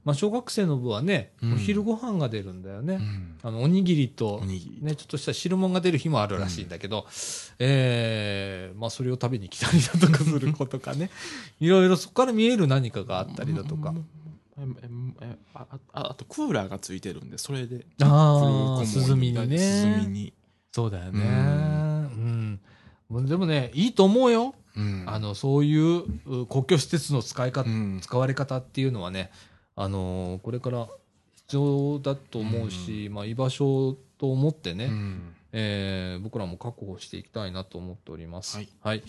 まあ、小学生の部はね、 うんお昼ご飯が出るんだよね。 うんあの、おにぎりとお、にぎり。 ね、ちょっとした汁物が出る日もあるらしいんだけど、えー、まあ、それを食べに来たりだとかする子とかね、いろいろそこから見える何かがあったりだとか。 えええあああとクーラーがついてるんでそれでああ、 ちょっとこもり涼みにね。 涼みに、 そうだよね。 ううん。うん、でもね、いいと思うよ。 うんあの、そういうう公共施設の使い方、 うん使われ方っていうのはね、あのーこれから必要だと思うし、まあ、居場所と思ってね、 うんえー僕らも確保していきたいなと思っております。 はい。 はい。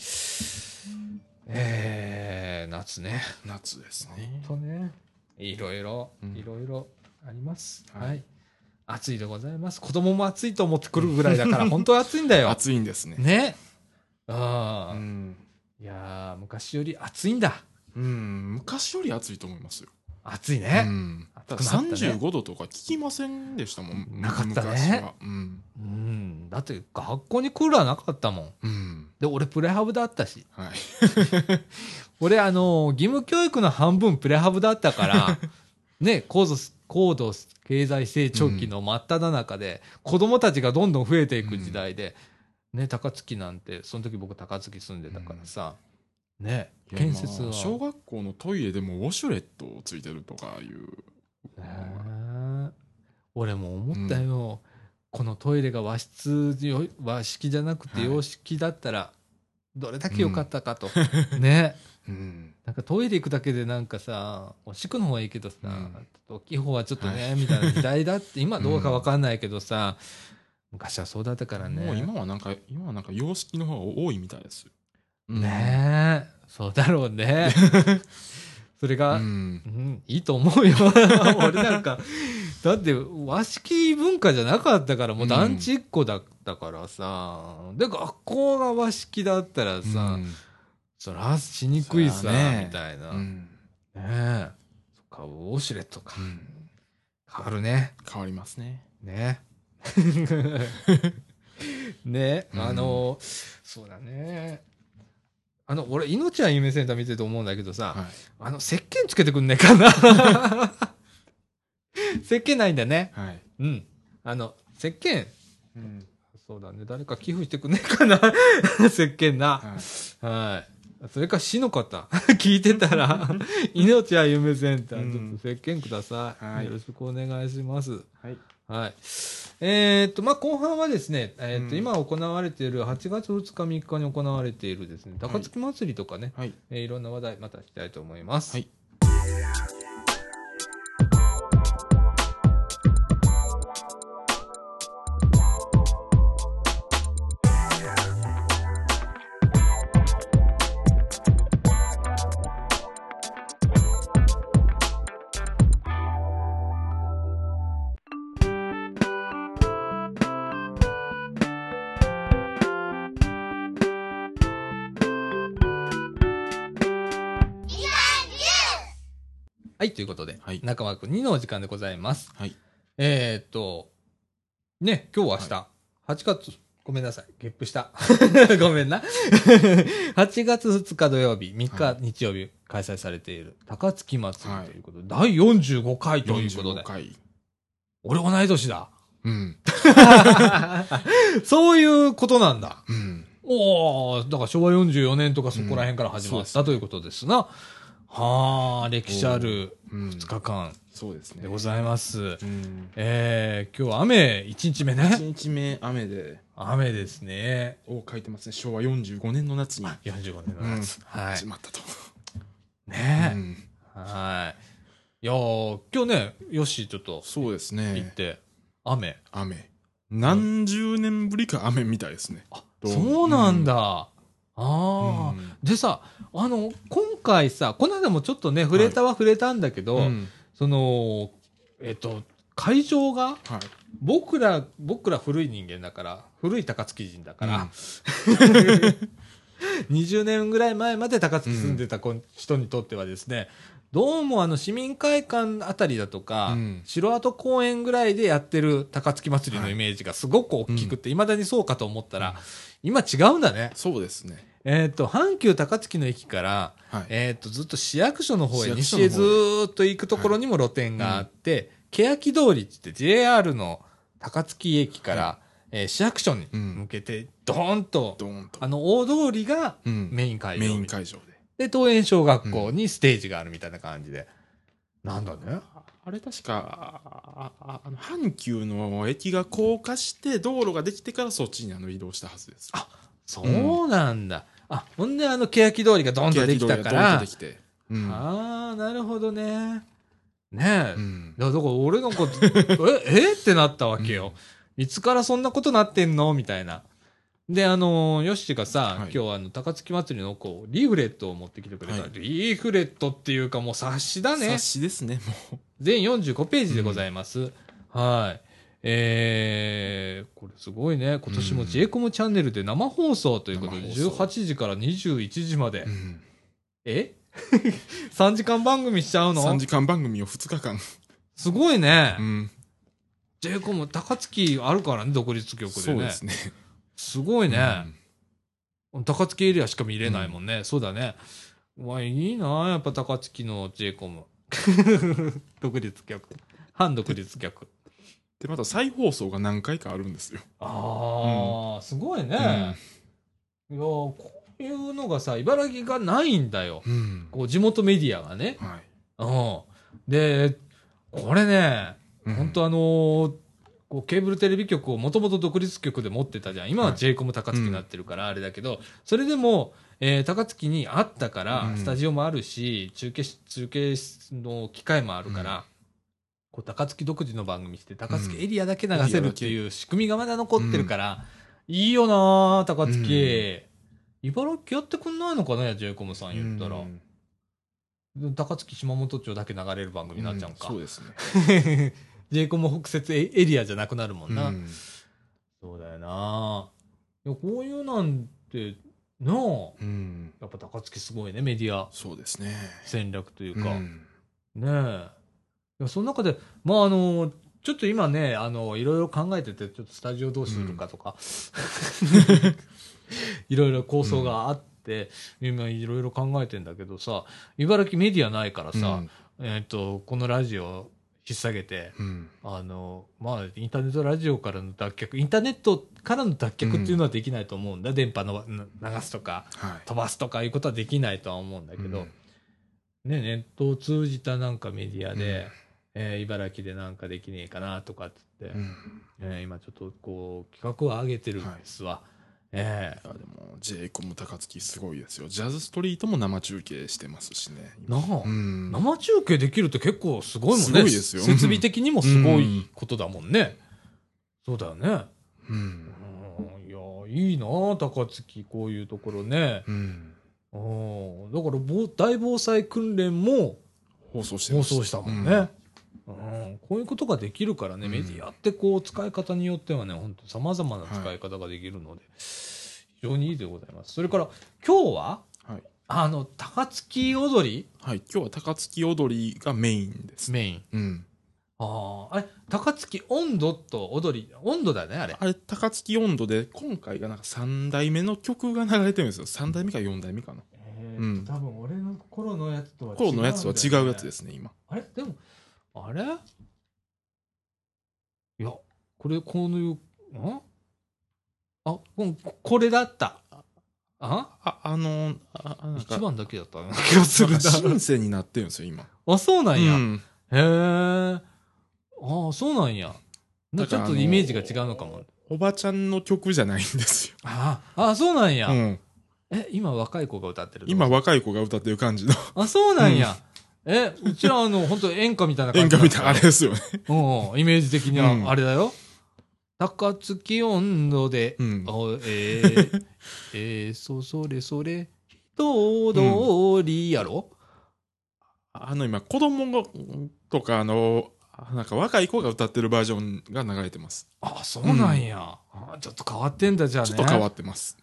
えー、夏ね。 夏ですね。 とね、いろいろう、んいろいろあります。 はいはい。暑いでございます。子供も暑いと思ってくるぐらいだから、本当は暑いんだよ。 暑いんですね。 ね。ああ、 うん、 いやー、昔より暑いんだ。 うん、昔より暑いと思いますよ。 暑いうね。 ん、だ暑くなったねさんじゅうごどとか聞きませんでしたもん。 なかったね昔は。うん。 うん。だって学校にクーラーなかったもん。 うん。 で、俺プレハブだったし。 はい。 俺あのー義務教育の半分プレハブだったから、ね、高度、高度経済成長期の真っ只中で、子供たちがどんどん増えていく時代で、ね、高槻なんて、その時僕高槻住んでたからさ、ね、 いや建設は。 まあ小学校のトイレでもウォシュレットついてるとかいう。 ねえ俺も思ったよ、このトイレが和室よ和式じゃなくてはい洋式だったらどれだけ良かったかと、ねうん。 なんかトイレ行くだけでなんかさおしっこの方がいいけどさ、 うん大きい方はちょっとね、 はみたいな時代だって今どうかわかんないけどさ、昔はそうだったからねもう今はなんか、今はなんか洋式の方が多いみたいです。うんねえそうだろうねそれが、 ううんん。 いいと思うよ俺なんかだって和式文化じゃなかったからもう団地一個だったからさ、で学校が和式だったらさ、 うんそらしにくいさ、 そらねみたいな、ねうんえそっかウォシュレットか、 うん変わるね変わりますね。 ねね、 うんあのそうだねあの俺命は夢センター見てて思うんだけどさ、 はい。 あの石鹸つけてくんねえかな石鹸ないんだねはい。 うんあの石鹸うんそうだね誰か寄付してくんねえかな石鹸なはい。 はいそれか市の方聞いてたら命は夢センター、 うんちょっと石鹸ください、 はいよろしくお願いしますはい。 はい。えーっと、まあ、後半はですね、えーっと、 うん今行われているはちがつふつかみっかに行われているですね、高槻祭りとかね、 はい。 えーいろんな話題またしたいと思います。 はい。 はい、ということで、 はい中間くんにのお時間でございます。 はい。 えーっと、ね、今日は明日、はちがつ、ごめんなさい、ゲップした。ごめんな。はちがつふつか土曜日、みっかはい日曜日開催されている高槻祭りということで、だいよんじゅうごかいということでよんじゅうご、かい。 俺同い年だ。 うん。 そういうことなんだ。 うん。 おおだからしょわよんじゅうよねんとかそこら辺から始まっうんたということですな。はあ、歴史あるうんふつかかんそうですね。 でございます。 うん。 えー、今日は雨いちにちめねいち。にちめ雨で、 雨ですね。 を書いてますね。しょうわよんじゅうごねんの夏によんじゅうごねんの夏。はい始。まったと。 ねえ、 うんはい。いやー、今日ね、よし、ちょっとそうですね。 行って、雨。 雨。何十年ぶりか雨みたいですね。 あ、 どうそうなんだ。ああ、 うんでさ、あの、今回さ、この間もちょっとね、触れたは触れたんだけど、 うんその、えっと、会場が、 はい。 僕ら、僕ら古い人間だから、古い高槻人だから、にじゅうねんぐらい前まで高槻住んでた子人にとってはですね、どうもあの市民会館あたりだとか、 うん城跡公園ぐらいでやってる高槻祭りのイメージがすごく大きくて、いまだにそうかと思ったら、今違うんだね。 そうですね。 えっと、阪急高槻の駅から、 はい。 えっと、ずっと市役所の方へ、 市役所西の方へへずーっと行くところにも露店があって、欅通りって言って ジェイアール の高槻駅から、 はえー市役所に向けて、ドーンと、 ドーンと。 あの、大通りがうんメイン会場メみたいな。 イン会場で。 で、東園小学校にステージがあるみたいな感じで。なんだね。 ああれ確か、あああの阪急の駅が高架して道路ができてからそっちにあの移動したはずです。 あそうなんだ。あ、ほんであの、欅通りがドンとできたか欅通りがドーンらとで。きて。うん。 ああ、なるほどね。ねえ。 うんだから俺なんか、え、えってなったわけよ。いつからそんなことなってんのみたいな。で、あのー、ヨッシーがさ、 はい今日あの、高槻祭りのこう、リーフレットを持ってきてくれた。 はいリーフレットっていうかもう冊子だね冊。子ですね、もう。 全よんじゅうごページでございます。はい。えー、これすごいね。今年も ジェイコム チャンネルで生放送ということで、 生放送じゅうはちじからにじゅういちじまで。 うん。 えさんじかん番組しちゃうのさんじかん番組をふつかかん。 すごいね。 うん。 ジェイコム 高槻あるからね、独立局でね。 そうですね。 すごいね。 うん高槻エリアしか見れないもんね。そうだね。うわ、いいなやっぱ高槻の ジェイコム。独立局。反独立局。 で、また再放送が何回かあるんですよ。 ああ、すごいね。いや、こういうのがさ、茨城がないんだよ。 うん。 こう、地元メディアがね。 はい。 うん。で、これね、 うん本当あのーこうケーブルテレビ局をもともと独立局で持ってたじゃん。今ははいジェイコム 高槻になってるからあれだけど、それでも、えー高槻にあったから、 うんスタジオもあるし、中継し、中継の機会もあるから、 うんこう高槻独自の番組して、高槻エリアだけ流せるっていう仕組みがまだ残ってるから、いいよなー高槻、茨城やってくんないのかな、ジェイコム さん言ったら。 うん高槻島本町だけ流れる番組になっちゃうんか。 そうですね。 ジェイコム北摂エエリアじゃなくなるもんな。 うんそうだよな。いや、こういうなんて、なあ、 うん。 やっぱ高槻すごいね、メディアそうですね。 戦略というか。 うんねえ。いや、その中で、まあ、あの、ちょっと今ね、あの、いろいろ考えてて、ちょっとスタジオどうするかとか、いろいろ構想があって、今いろいろ考えてんだけどさ、茨城メディアないからさ、えっ、と、このラジオ引っ提げて、 うん。 あの、まあ、インターネットラジオからの脱却、インターネットからの脱却っていうのはできないと思うんだ。電波の流すとか、 はい。 飛ばすとかいうことはできないとは思うんだけど、 うんね、ネットを通じたなんかメディアで、えー茨城でなんかできねえかなとかっつって、 うん。 えー今ちょっとこう、企画を上げてるんですわ。ええいやでも ジェイコム 高槻すごいですよ。ジャズストリートも生中継してますしね。 なあ、 うん。 生中継できるって結構すごいもんね。 すごいですよ設備的にもすごいことだもんね。そうだよね。 うん。 うん、いや、いいなあ高槻、こういうところね。 うん。 うん、だからぼ大防災訓練も放送して放ました送したもんね。うん、こういうことができるからね、 うんメディアってこう使い方によってはね、本当様々な使い方ができるので、非常にいいでございます。それから今日は、 はい。 あの、高槻踊りはい。今日は高槻踊りがメインです。 メイン。 うん。 ああ、あれ、高槻温度と踊り、温度だね、あれ。 あれ、高槻温度で、今回がなんかさんだいめの曲が流れてるんですよ。さんだいめかよんだいめかな。 えーうん多分俺の頃のやつとは違う、 頃のやつは違うやつですね、今。 あれでも、あれいや、これ、こういう、んあ、ここれだった。ああ、あの、ああなんか、 一番だけだったような気がするなんかシンな。 セになってるんですよ、今。 あ、そうなんや。 うんへえ。ああ、そうなんや。なちょっとイメージが違うのかも。 おばちゃんの曲じゃないんですよ。 ああ、あそうなんや。 うん。 え、今若い子が歌ってるの今若い子が歌ってる感じのあ、そうなんや。え、うちらあの、本当演歌みたいな感じなんだよ。 演歌みたいな、あれですよね。 うん、イメージ的には、 うんあれだよ。高槻温度で、 うん。 おえー、えー、そ、それそれ、人踊りやろ、 あの今、子供が、とか、あの、なんか若い子が歌ってるバージョンが流れてます。 あ、そうなんや。あちょっと変わってんだ、じゃあね。 ちょっと変わってます。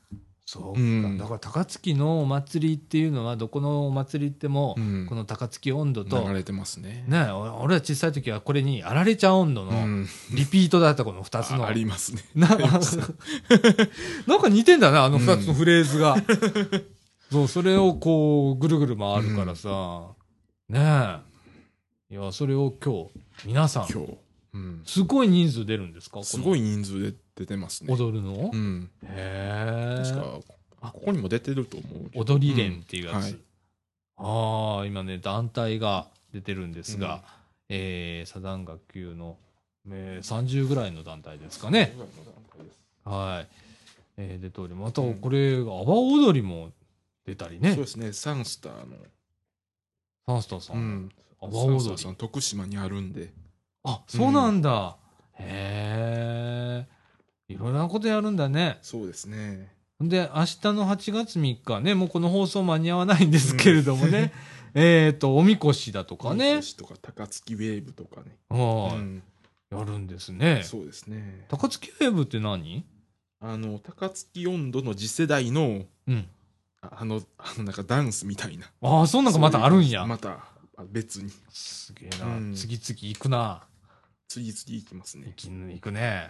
そうか、 うん、 だから高槻のお祭りっていうのはどこのお祭り行っても、うん、この高槻温度と流れてますね。 ね、俺は小さい時はこれにあられちゃ温度のリピートだったこの二つの、 あ, ありますね。 ななんか似てんだなあの二つのフレーズが、うん、そうそれをこうぐるぐる回るからさ、うん、ねえ、いやそれを今日皆さん今日、うん、すごい人数出るんですか？ すごい人数で出てますね。 踊るの？ うん、 へえ。 確かここにも出てると思う。 踊り連っていうやつ、うん、はい、ああ今ね団体が出てるんですが、うん、えー、サザン学級の、えー、さんじゅうぐらいの団体ですかね。はい、えー、出ておりまたこれ、うん、阿波踊りも出たりね。 そうですね、サンスターのサンスターさん、うん、 阿波踊りサンスターさん徳島にあるんで。 あ、そうなんだ、うん、へえ、いろんなことやるんだね。 そうですね。 で明日のはちがつみっかね、もうこの放送間に合わないんですけれどもね、うん、えっとおみこしだとかね、おみこしとか高槻ウェーブとかね、 はい、うん、やるんですね。 そうですね。 高槻ウェーブって何？ あの高槻温度の次世代の、 うん、 あのあのなんかダンスみたいな。 ああ、そんなんかまたあるんや。 また別に。 すげえな、うん、次々行くな。 次々行きますね。 行き行くね。 うん。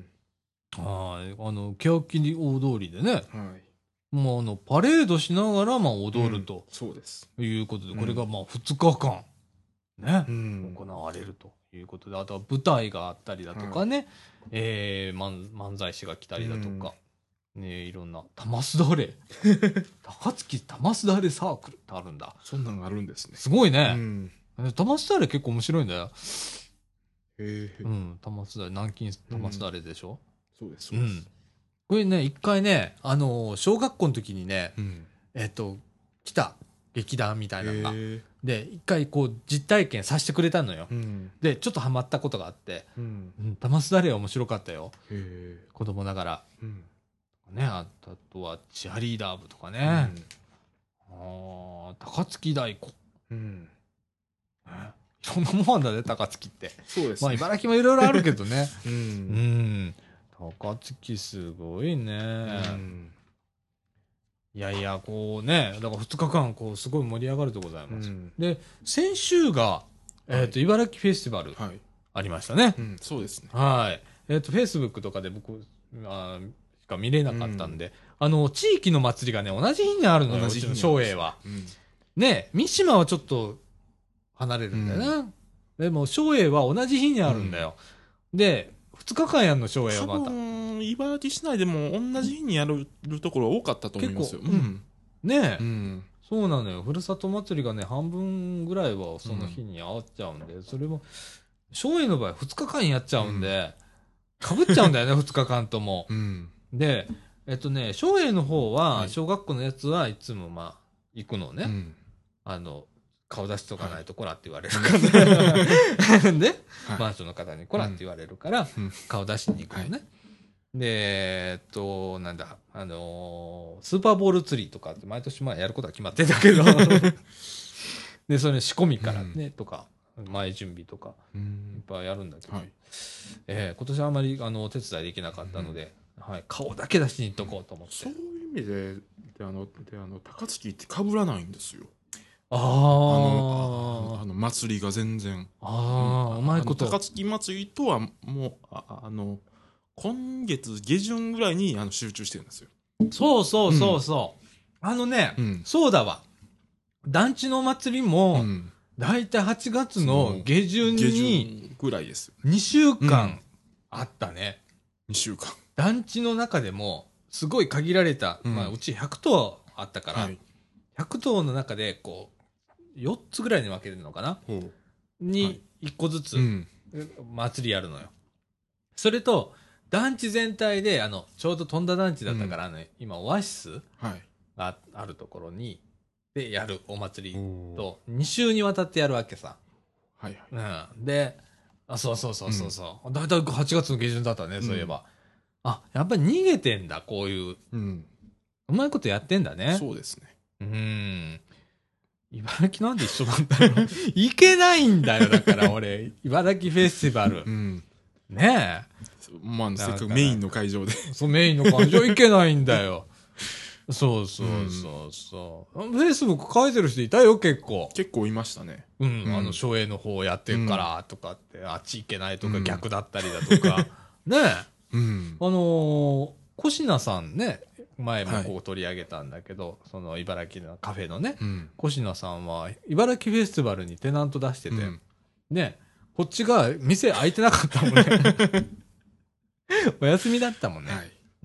はい、あの欅大通りでね、 はい、 もうあのパレードしながらまあ踊ると、うん、 そうですいうことで、これがまあふつかかんね、 うん、 行われるということで、あとは舞台があったりだとかね、はい、えー、漫, 漫才師が来たりだとか、うん、ね、いろんな玉すだれ高槻玉すだれサークルってあるんだ。 そんなのがあるんですね。 すごいね、 うん、 玉すだれ結構面白いんだよ。 へえ、 うん、玉すだれ、南京玉すだれでしょ、うん、 そうですそうです、うん、 これね一回ね、あのー、小学校の時にね、うん、えっと来た劇団みたいなのがで一回こう実体験させてくれたのよ、うん、でちょっとハマったことがあって、うん、玉すだれは面白かったよ、子供ながら、うん、ね、あとはチアリーダー部とかね、うん、あ高槻太鼓、うんね、いろんなもんだね高槻って。 そうですね、 まあ茨城もいろいろあるけどねうん、うん高槻すごいね、うん、いやいやこうね、だからふつかかんこうすごい盛り上がるでございます、うん、で先週が、えーとはい、茨城フェスティバルありましたね、はい、 うん、そうですね、 はい、えーとフェイスブックとかで僕あしか見れなかったんで、うん、あの地域の祭りがね同じ日にあるのよ、うちの松栄は、うん、ね、三島はちょっと離れるんだよな、うん、でも松栄は同じ日にあるんだよ、うん、でふつかかんやんの松栄はまた茨城市内でも同じ日にやるところ多かったと思いますよ。 結構、うん、ねえ、うん、そうなのよ。ふるさと祭りがね半分ぐらいはその日に合っちゃうんで、うん、それも松栄の場合ふつかかんやっちゃうんで、かぶっちゃうんだよねふつかかんとも、うん、でえっとね松栄の方は小学校のやつはいつもまあ行くのね、うん、あの顔出しとかないとこらって言われるから、はい、で、はい、マンションの方にこらって言われるから、うん、顔出しに行くのね、はい、でえっとなんだあのー、スーパーボール釣りとかって毎年前やることは決まってたけどでそれ仕込みからね、うん、とか前準備とかいっぱいやるんだけど、はい、えー、今年はあまりあのお手伝いできなかったので、うん、はい、顔だけ出しに行っとこうと思って、 そういう意味でであのであの高槻って被らないんですよ。 ああのあの祭りが全然ああ、うん、うまいこと。 高槻祭りとはもうああの今月下旬ぐらいにあの集中してるんですよ。 そうそうそうそう、うん、あのね、うん、そうだわ、団地の祭りも、うん、だいたいはちがつの下旬に下旬ぐらいですにしゅうかんあったね、 うん、にしゅうかん団地の中でもすごい限られた、うん、まあ、うちひゃくとうあったから、はい、ひゃくとうの中でこうよっつぐらいに分けるのかな、にいっこずつ祭りやるのよ、うん、それと団地全体であのちょうど飛んだ団地だったからね、うん、今オアシスがあるところにでやるお祭りとに週にわたってやるわけさ、 はいはい、うん、であそうそうそうそうそう、うん、だいたいはちがつの下旬だったね、うん、そういえばあやっぱり逃げてんだこういう、うん、うまいことやってんだね。 そうですね。 うん茨城なんで一緒なんだろう行けないんだよだから俺茨城フェスティバル、うん、ねえまあせっかくメインの会場でそうメインの会場行けないんだよそうそうそうそう。フェイスブック書いてる人いたよ、結構。 結構いましたね。 うん、 うんあの、省エの方やってるからとかって、あっち行けないとかうん逆だったりだとか。ねえ。 うん。 あのー、コシナさんね、前もはいこう取り上げたんだけど、その茨城のカフェのね、 うん。 コシナさんは茨城フェスティバルにテナント出してて、 うんね、こっちが店開いてなかったもんね。お休みだったもんね。 はい。 うん。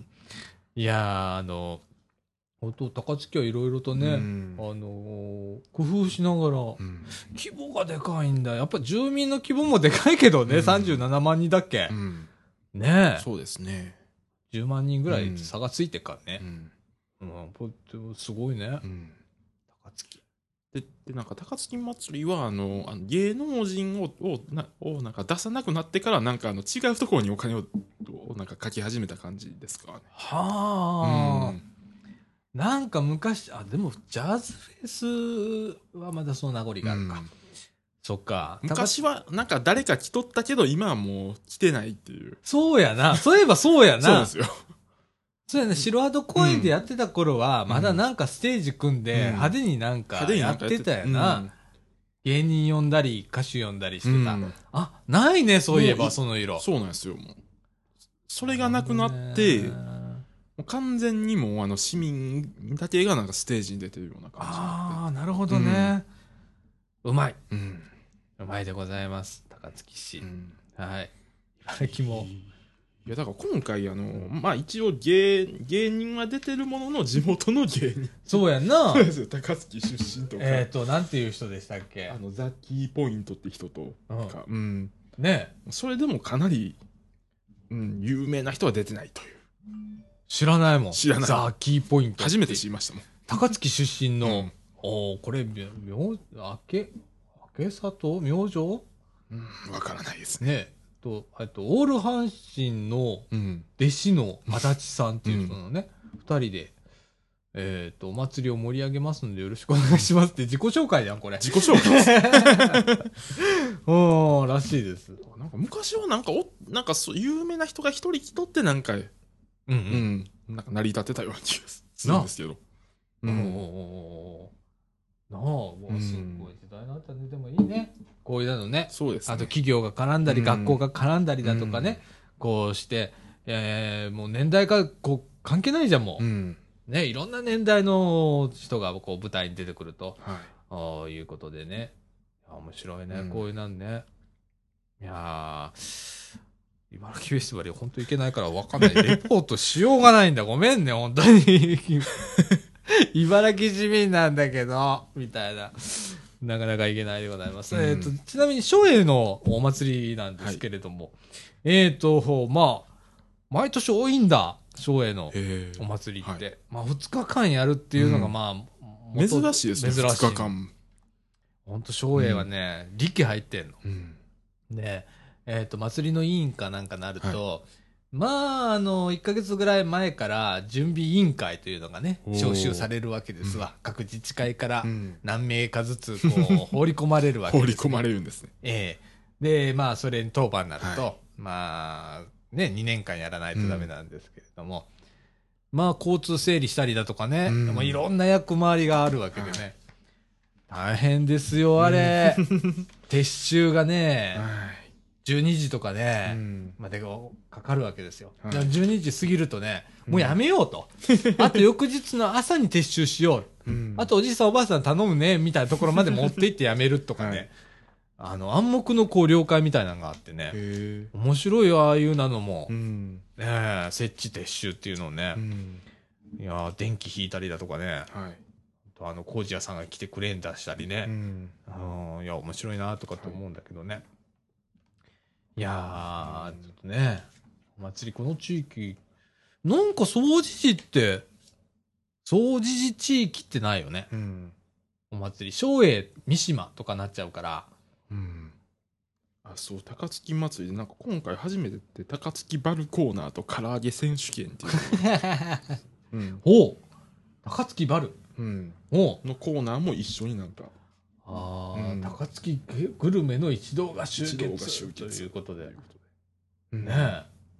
いやー、あの、本当高槻はいろいろとね、 うんあのー工夫しながら、 うん。 規模がでかいんだ。やっぱ住民の規模もでかいけどね、 うんさんじゅうななまん人だっけ、 うん。 ねえ。 そうですね。 じゅうまん人ぐらい差がついてっからね。 うん。 うん、これでもすごいねう。ん。 高槻。 で、で、なんか、高槻祭りは、あの、あの芸能人を、を、な、を、なんか出さなくなってから、なんか、あの、違うところにお金を、をなんか書き始めた感じですかね。 はあ、 うんなんか昔、あ、でも、ジャズフェスはまだその名残があるか。 うんそっか。 昔は、なんか誰か来とったけど、今はもう来てないっていう。 そうやな。そういえばそうやな。 そうですよ。 そうやね。白鳩公園でやってた頃は、 んまだなんかステージ組んで、 うん派手になんか派手になんかやってたよな。芸人呼んだり、歌手呼んだりしてた。 うんあ、ないね、そういえば、 もういその色。 そうなんですよ、もう。それがなくなって、もう完全にもうあの市民だけがなんかステージに出てるような感じになああ、 って。 なるほどね。うまい。 うん。 うまいでございます。高槻市う。んはい。茨城も。 いや、だから今回あの、まあ一応芸、芸人は出てるものの地元の芸人。 そうやんな。 そうですよ、高槻出身とか。 えっと、なんていう人でしたっけあの、ザッキーポイントって人とか、うん。 ねそれでもかなり、うん、有名な人は出てないという。 知らないもん。 知らないザーキーポイント。 初めて知りましたもん。 高槻出身の、 うんおーこれ、みょあけ、あけさと明星うん、わからないですね。 ねと、えっと、オール阪神のうん。 弟子の足立さんっていう人のね、二、人で、えっ、と、お祭りを盛り上げますのでよろしくお願いしますって自己紹介じゃん、これ。 自己紹介です。 うん、らしいです。 なんか昔はなんかお、なんかそう有名な人が一人来とってなんか、 うんう。 うんん、なんか成り立ってたような気がするんですけど。 おーおーうん。 おーなあ、もううんすごい時代になったね。でもいいね。こういうのね。 そうですね。 あと企業が絡んだり、 うん学校が絡んだりだとかね。こうして、えー、もう年代がこう関係ないじゃん、もう。 うん。 ね、いろんな年代の人がこう舞台に出てくると、 はい。 ああいうことでね。いや面白いね、 うんこういうなんね。いやー、茨城フェスティバル本当行けないから分かんない。レポートしようがないんだ。ごめんね、本当に。茨城市民なんだけど、みたいな。なかなか行けないでございます。 うんえっ、と、ちなみに、松栄のお祭りなんですけれども、えっ、と、まあ、毎年多いんだ、松栄のへお祭りって。 はいまあ、ふつかかんやるっていうのが、 うんまあ、 え。珍しいですね、 珍しい。 ふつかかん。 ほんと、松栄はね、力入ってんの。 うん。 で、えっ、と、祭りの委員かなんかなると、まあ、あの、いっかげつぐらい前から準備委員会というのがね、 おー招集されるわけですわ。各自治会からうん何名かずつ、こう、放り込まれるわけです、 放り込まれるんですね。 ええで、まあ、それに当番になると、 はまあ、ね、にねんかんやらないとダメなんですけれども、まあ、交通整理したりだとかね、 うんもういろんな役回りがあるわけでね、大変ですよ、あれ。撤収がね、 はい。 じゅうにじとかね、 うんまでかかるわけですよ。 はいだからじゅうにじ過ぎるとね、もうやめようと。あと翌日の朝に撤収しよう。 うんあとおじいさんおばあさん頼むね、みたいなところまで持って行ってやめるとかね。 はいあの、暗黙のこう了解みたいなのがあってね。 へえ。 面白いよ、ああいうなのも。 うん。 ねえ、設置撤収っていうのをね。 うん。 いやー電気引いたりだとかね。 はい。 あとあの、工事屋さんが来てクレーン出したりうね。 ん。 うん、いや、面白いなとかと思うんだけどね。いやー、ちょっとね、お祭り、この地域、なんか総除寺って、総除寺地域ってないよね。 うん。 お祭り、松栄、三島とかなっちゃうから。 うん。あ、そう、高槻祭りで、なんか今回初めてって、高槻バルコーナーと唐揚げ選手権っていう。うん。 おう高槻バル。 うん。 おうのコーナーも一緒になんか、 あー、 うん高槻グルメの一同が集一同が結集結ということで。 うんねえ。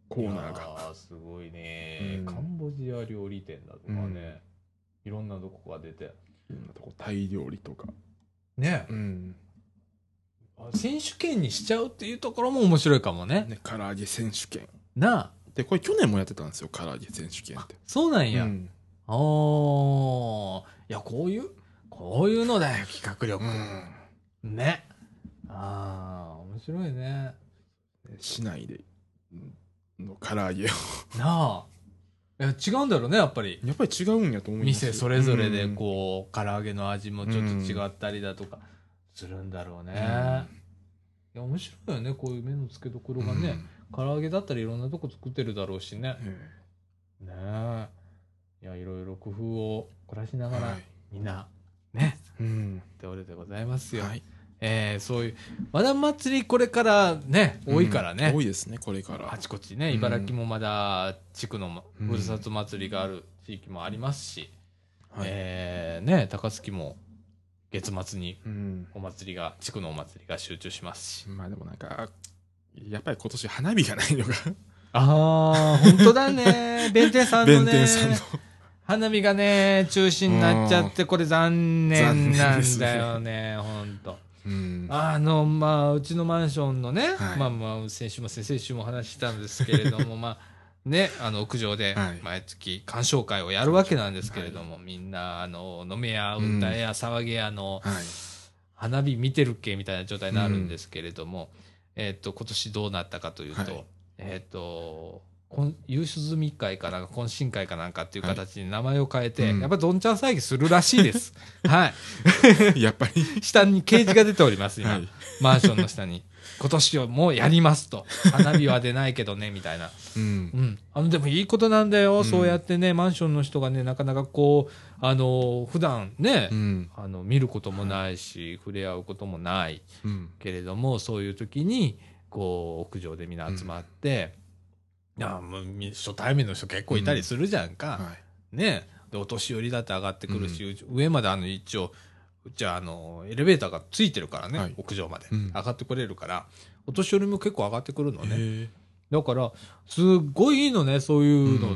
コーナーいやが。 ーすごいね、 うんカンボジア料理店だとかね、いろんなとこが出ていろんなとこ、タイ料理とか。 ね、 うん。 選手権にしちゃうっていうところも面白いかもね。 ね、唐揚げ選手権。 なあ、 で、これ去年もやってたんですよ、唐揚げ選手権って。 そうなんや。 うん。 おー、いや、こういう、こういうのだよ、企画力。 うん。 ね。ああ、面白いね。 市内で、うんの唐揚げを。 なあ。いや、違うんだろうね、やっぱり。 やっぱり違うんやと思いますよ。 店それぞれで、こう、唐揚げの味もちょっと違ったりだとか、するんだろうね。 うん、 いや、面白いよね、こういう目の付けどころがね。唐揚げだったらいろんなとこ作ってるだろうしね。 うん、 ねえ。いや、いろいろ工夫を凝らしながら、 はい、 みんな、ね、 うん、 っておるでございますよ。 はい、 えー、そういう和田祭りこれからね多いからね、 うん、多いですねこれからあちこちね茨城もまだ地区のうんふるさと祭りがある地域もありますし、 はい、 えー、ね高槻も月末にうんお祭りが地区のお祭りが集中しますし、 まあでもなんかやっぱり今年花火がないのがああ本当だね弁天さんのね弁天さんの花火がね中止になっちゃってこれ残念なんだよね本当。 うん、 あのまあうちのマンションのね、 はい、 まあまあ先週も先週も話したんですけれどもまあねあの屋上で毎月鑑賞会をやるわけなんですけれども、はい、みんなあの飲めや歌えや騒げやの、うんはい、花火見てるっけみたいな状態になるんですけれども、うん、えっと今年どうなったかというと、はい、えっと夕涼み会かなんか懇親会かなんかっていう形に名前を変えて、はい、やっぱりどんちゃん騒ぎするらしいです。はいやっぱり下に掲示が出ております今、はい、マンションの下に今年はもうやりますと花火は出ないけどねみたいな、うんうん、あのでもいいことなんだよ、うん、そうやってねマンションの人がねなかなかこうあの普段ね、うん、あの見ることもないし、はい、触れ合うこともない、うん、けれどもそういう時にこう屋上でみんな集まって、うん、いやもう初対面の人結構いたりするじゃんか、うんはい、ねでお年寄りだって上がってくるし、うん、上まであの一応じゃあ、あの、エレベーターがついてるからね、はい、屋上まで、うん、上がってこれるから、お年寄りも結構上がってくるのね。だから、すっごいいいのね、そういうのって。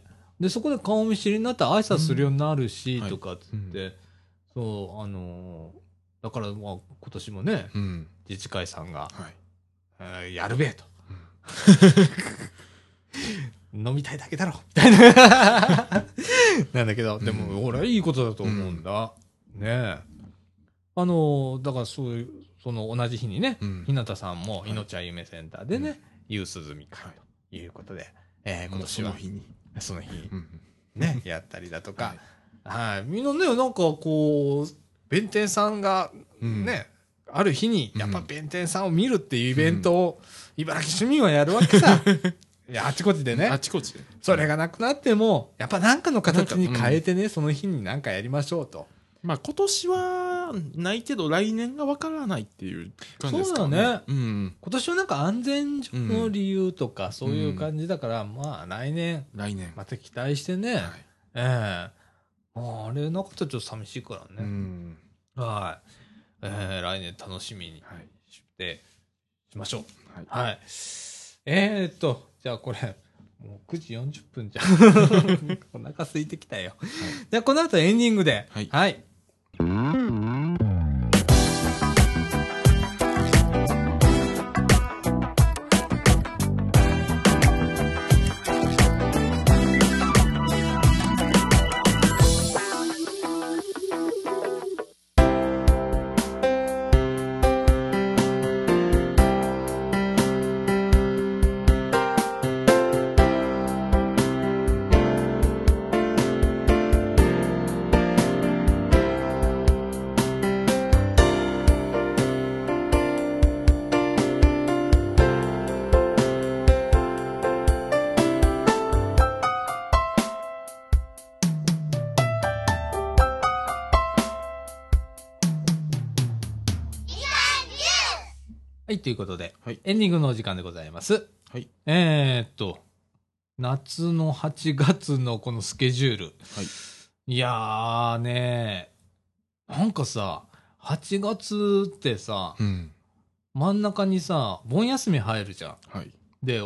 うん、で、そこで顔見知りになったら挨拶するようになるし、うん、とかっつって、はい、そう、あのー、だから、まあ、今年もね、うん、自治会さんが、はいえー、やるべえと。うん、飲みたいだけだろ、みたいな。なんだけど、でも、俺はいいことだと思うんだ。ねえ。あのだからそういうその同じ日にね、うん、日向さんも命あゆめセンターでね、夕涼み会ということで、えー、今年はその日にその日にねやったりだとか、はい、はい、みんなねなんかこう弁天さんがね、うん、ある日にやっぱ弁天さんを見るっていうイベントを茨城市民はやるわけさ。いやあちこちでね、 あちこちでそれがなくなってもやっぱ何かの形に変えてね、うん、その日に何かやりましょうと。 まあ今年はないけど来年がわからないっていう感じですかね。 そうだね。うん、今年はなんか安全上の理由とかそういう感じだから、うん、まあ来年来年また期待してね。はい、ええー、あ, あれなかったらちょっと寂しいからね。うん、はい、えー。来年楽しみにしてしましょう。はい。はい、えー、っとじゃあこれ。もうくじよんじゅっぷんじゃん。お腹空いてきたよ。はい、じゃあこの後エンディングで。はい。はいはい、ということで、はい、エンディングのお時間でございます。はい。えー、っと、夏のはちがつのこのスケジュール。はい。いやーねー、なんかさ、はちがつってさ、うん、真ん中にさ、盆休み入るじゃん。はい。で、俺、今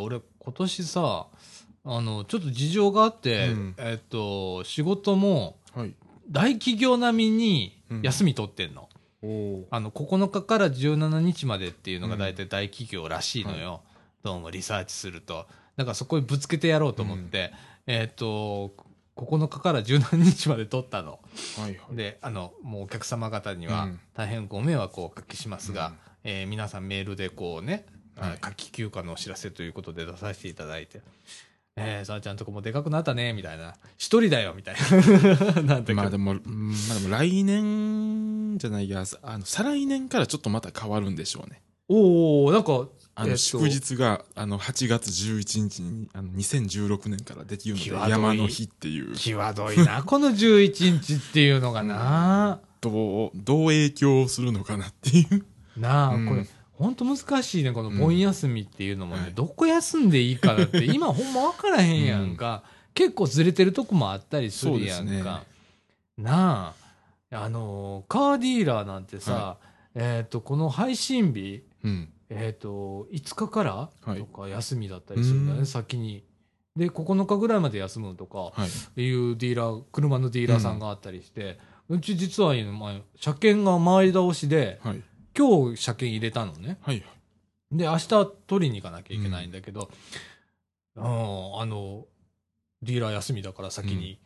今年さ、あの、ちょっと事情があって、うん、えっと、仕事も、大企業並みに休み取ってんの。うん、あの、ここのかからじゅうしちにちまでっていうのが大体大企業らしいのよ。うんはい、どうもリサーチすると。だからそこにぶつけてやろうと思って、うん、えっと、ここのかからじゅうしちにちまで取ったの。はいはい、で、あの、もうお客様方には大変ご迷惑をおかけしますが、うん、えー、皆さんメールでこうね、はい、夏季休暇のお知らせということで出させていただいて、えー、さあちゃんとこもでかくなったね、みたいな。一人だよ、みたいな。なんてまあでも、まあでも来年じゃないや、あの、再来年からちょっとまた変わるんでしょうね。 おー、なんか、 あの、祝日が、あの、はちがつじゅういちにちに、あの、にせんじゅうろくねんからできるので、山の日っていう。 際どいな、このじゅういちにちっていうのがな、 うん、どう、どう影響するのかなっていう。 なあ、うん、これ、ほんと難しいね、この盆休みっていうのもね、うん、どこ休んでいいかなって、今ほんま分からへんやんか、うん。結構ずれてるとこもあったりするやんか。ね、なあ、あの、カーディーラーなんてさ、はい、えっと、この配信日、うんえっ、ー、と、いつかからとか休みだったりするんだね、はい、先に。で、ここのかぐらいまで休むとか、いうディーラー、車のディーラーさんがあったりして、うん、うち実は今、車検が回り倒しで、はい、今日車検入れたのね。はい、で、明日取りに行かなきゃいけないんだけど、うん、あの、ディーラー休みだから先に。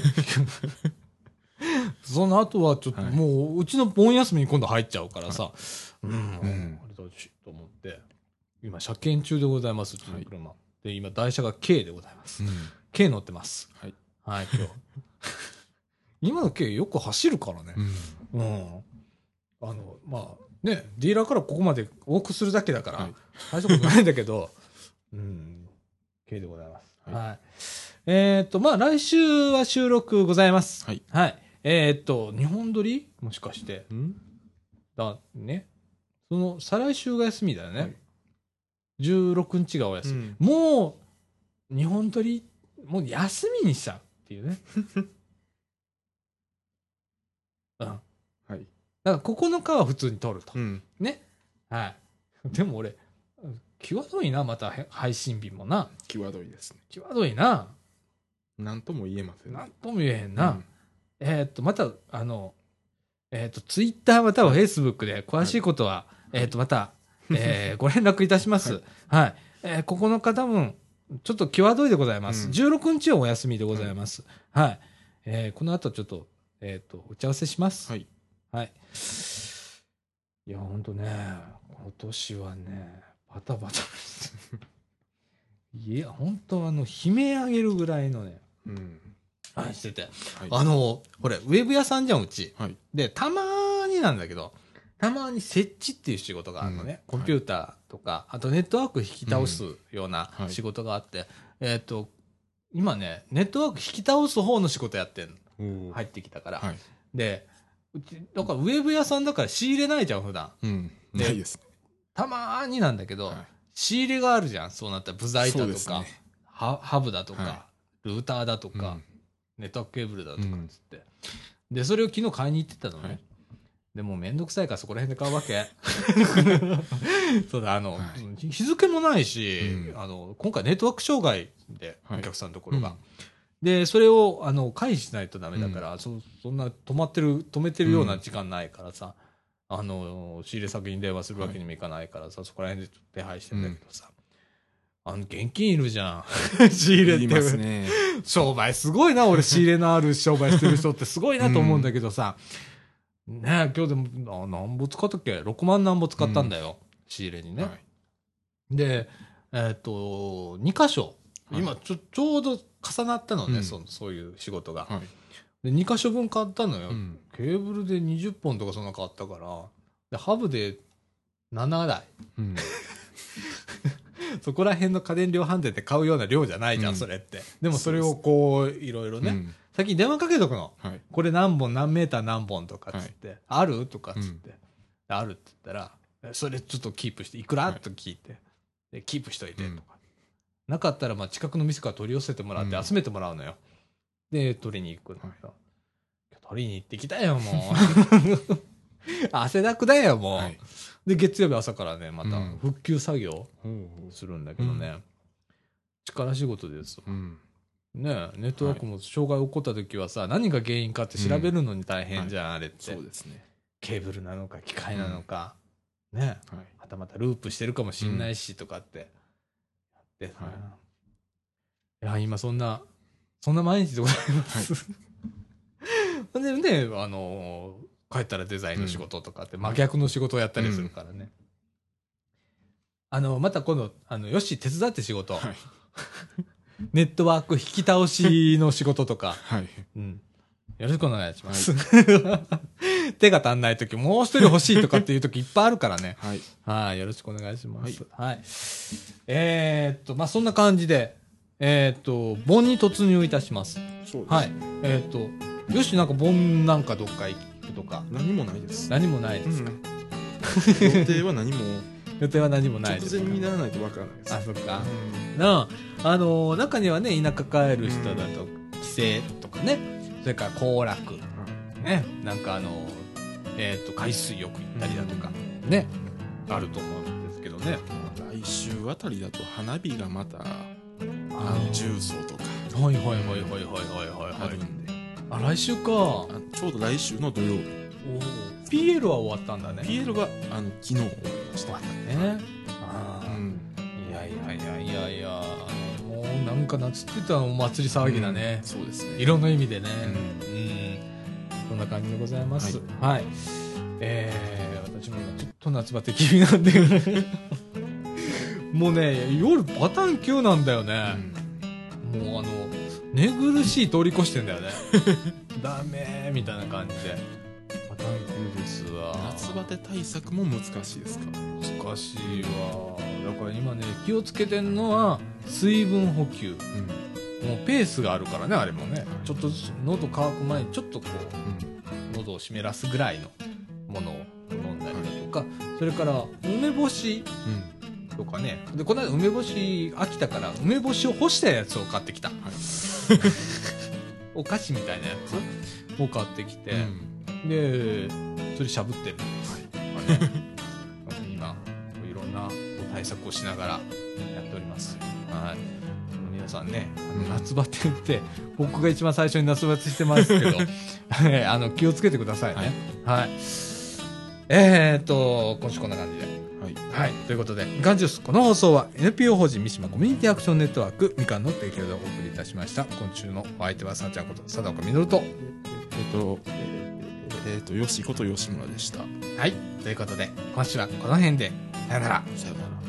うん、その後はちょっともう、うちの盆休みに今度入っちゃうからさ、はい、うん、うん、あれだしと思って、今、車検中でございます、うちの車。はい、で、今、台車が K でございます。うん、K 乗ってます。はい。はい、今日。今の K よく走るからね。うん。うん、あの、まあ、ね、ディーラーからここまで往復するだけだから、大したことないんだけど、うん、K でございます。はい。はい、えっと、まあ、来週は収録ございます。はい。はい。えー、っと、日本撮りもしかして。んだ、ね。その、再来週が休みだよね。はい、じゅうろくにちがお休み。うん、もう、日本撮り、もう休みにしちゃうっていうね。うん。はい。だからここのかは普通に撮ると。うん、ね。はい。でも俺、際どいな、また配信日もな。 際どいですね。 際どいな。 なんとも言えませんね。なんとも言えへんな。うん、えー、っと、また、あの、えー、っと、ツイッターまたはフェイスブックで詳しいことは、はい、えー、っと、また、えー、ご連絡いたします。はい。はい、えー、ここの方多分、ちょっと際どいでございます。うん、じゅうろくにちはお休みでございます。はい。はい、えー、この後ちょっと、えっ、ー、と、打ち合わせします。はい。はい。いや、ほんとね、今年はね、バタバタ。いや、ほんとあの、悲鳴上げるぐらいのね、うん。はい、してて。はい、あの、これ、ウェブ屋さんじゃん、うち。はい。で、たまーになんだけど、たまに設置っていう仕事があるのね。うん、コンピューターとか、はい、あとネットワーク引き倒すような仕事があって、うんはい、えっ、ー、と、今ね、ネットワーク引き倒す方の仕事やってんの。入ってきたから。はい、で、うち、だからウェブ屋さんだから仕入れないじゃん、普段。うん。ないですね。たまーになんだけど、はい、仕入れがあるじゃん、そうなったら。ブザイタとか、ね、ハ, ハブだとか、はい、ルーターだとか、うん、ネットワークケーブルだとかっつって、うん。で、それを昨日買いに行ってたのね。はい、でもめんどくさいからそこら辺で買うわけ。そうだ、あの、はい、日付もないし、うん、あの、今回ネットワーク障害で、お客さんのところが。はいうん、で、それを、あの、回避しないとダメだから、うん、そそんな止まってる、止めてるような時間ないからさ、うん、あの、仕入れ先に電話するわけにもいかないからさ、はい、そこら辺で手配してんだけどさ、うん、あの、現金いるじゃん。仕入れって。いますね。商売すごいな、俺仕入れのある商売してる人ってすごいなと思うんだけどさ、うんねえ、今日でも、あ、何ぼ使ったっけ ?ろく 万何ぼ使ったんだよ。うん、仕入れにね。はい、で、えっ、ー、と、に箇所。はい、今ちょ、ちょうど重なったのね、うん、そそういう仕事が。はい、で、に箇所分買ったのよ、うん。ケーブルでにじゅっぽんとかそんな買ったから。で、ハブでななだい。うん、そこら辺の家電量販店で買うような量じゃないじゃん、うん、それって。でもそれをこう、いろいろね。うん先に電話かけとくの。はい、これ何本、何メーター何本とかっつって。はい、あるとかっつって、うん。あるって言ったら、それちょっとキープして、いくら、はい、と聞いてで。キープしといてとか。うん、なかったら、まあ近くの店から取り寄せてもらって集めてもらうのよ。うん、で、取りに行くのよ、はい。取りに行ってきたよ、もう。汗だくだよ、もう、はい。で、月曜日朝からね、また復旧作業するんだけどね。うん力仕事です。 うん。 ねネットワークも障害起こった時はさ、何が原因かって調べるのに大変じゃん、あれって。 そうですね。 ケーブルなのか、機械なのか、ねはい。 はたまたループしてるかもしんないし、とかって。やってさ、 はいいや、今そんな、そんな毎日でございます。ほんでね、あのー、帰ったらデザインの仕事とかって真逆の仕事をやったりするからね。うん、あの、また今度、あの、よし、手伝って仕事。はい、ネットワーク引き倒しの仕事とか。はい。うん。よろしくお願いします。はい、手が足んないとき、もう一人欲しいとかっていうときいっぱいあるからね。はい。はい。よろしくお願いします。はい。はい、えー、っと、まあ、そんな感じで、えー、っと、盆に突入いたします。そうです。はい。えー、っと、よし、なんか盆なんかどっか行くとか。 何もないです。 何もないですか。 うん、予定は何も。 予定は何もないです。 直前にならないとわからないです。 あ、そっか。うん、なあ、あのー、中にはね、田舎帰る人だと、帰省とかね、それから行楽、うん、ね、なんかあのー、えっ、ー、と、海水浴行ったりだとか、うん、ね、あると思うんですけどね。 来週あたりだと花火がまた、重曹とか。 はいはいはいはいはいはいはい。 あるんで。 あ、来週か。 ちょうど来週の土曜日。 お ピーエル は終わったんだね。 ピーエル は、あの、昨日終わりました。 終わったね。ああ、うん。いやいやいやいやいや、もうなんか夏って言ったらお祭り騒ぎだね。 うん、そうですね。 いろんな意味でね。うん。うん、そんな感じでございます。はい。はい、えー、私も今ちょっと夏バテ気味なんで、もうね、夜パターンきゅうなんだよね。うん、もうあの、寝苦しい通り越してんだよね。ダメーみたいな感じで。パターンきゅうですわ。 夏バテ対策も難しいですか？ 難しいわ。だから今ね、気をつけてんのは、水分補給。うん、もうペースがあるからね、あれもね。ちょっとずつ喉乾く前にちょっとこう、うん、喉を湿らすぐらいのものを飲んだりだとか、はい、それから梅干し。うんとかね。で、この間梅干し飽きたから、梅干しを干したやつを買ってきた。はい、お菓子みたいなやつを買ってきて、うん、で、それしゃぶってるんです。はい、今、いろんな対策をしながらやっております。はい。皆さんね、あの夏バテって、僕が一番最初に夏バテしてますけど、あの気をつけてくださいね。はい。はい、えーっと、今週こんな感じで。はい。ということで、みかんジュース。この放送は エヌピーオー 法人三島コミュニティアクションネットワークみかんの提供でお送りいたしました。今週のお相手はさあちゃんこと佐岡みのると、 えっと、えっと、よしこと吉村でした。 はい。ということで、今週はこの辺で、さよなら。 さよなら。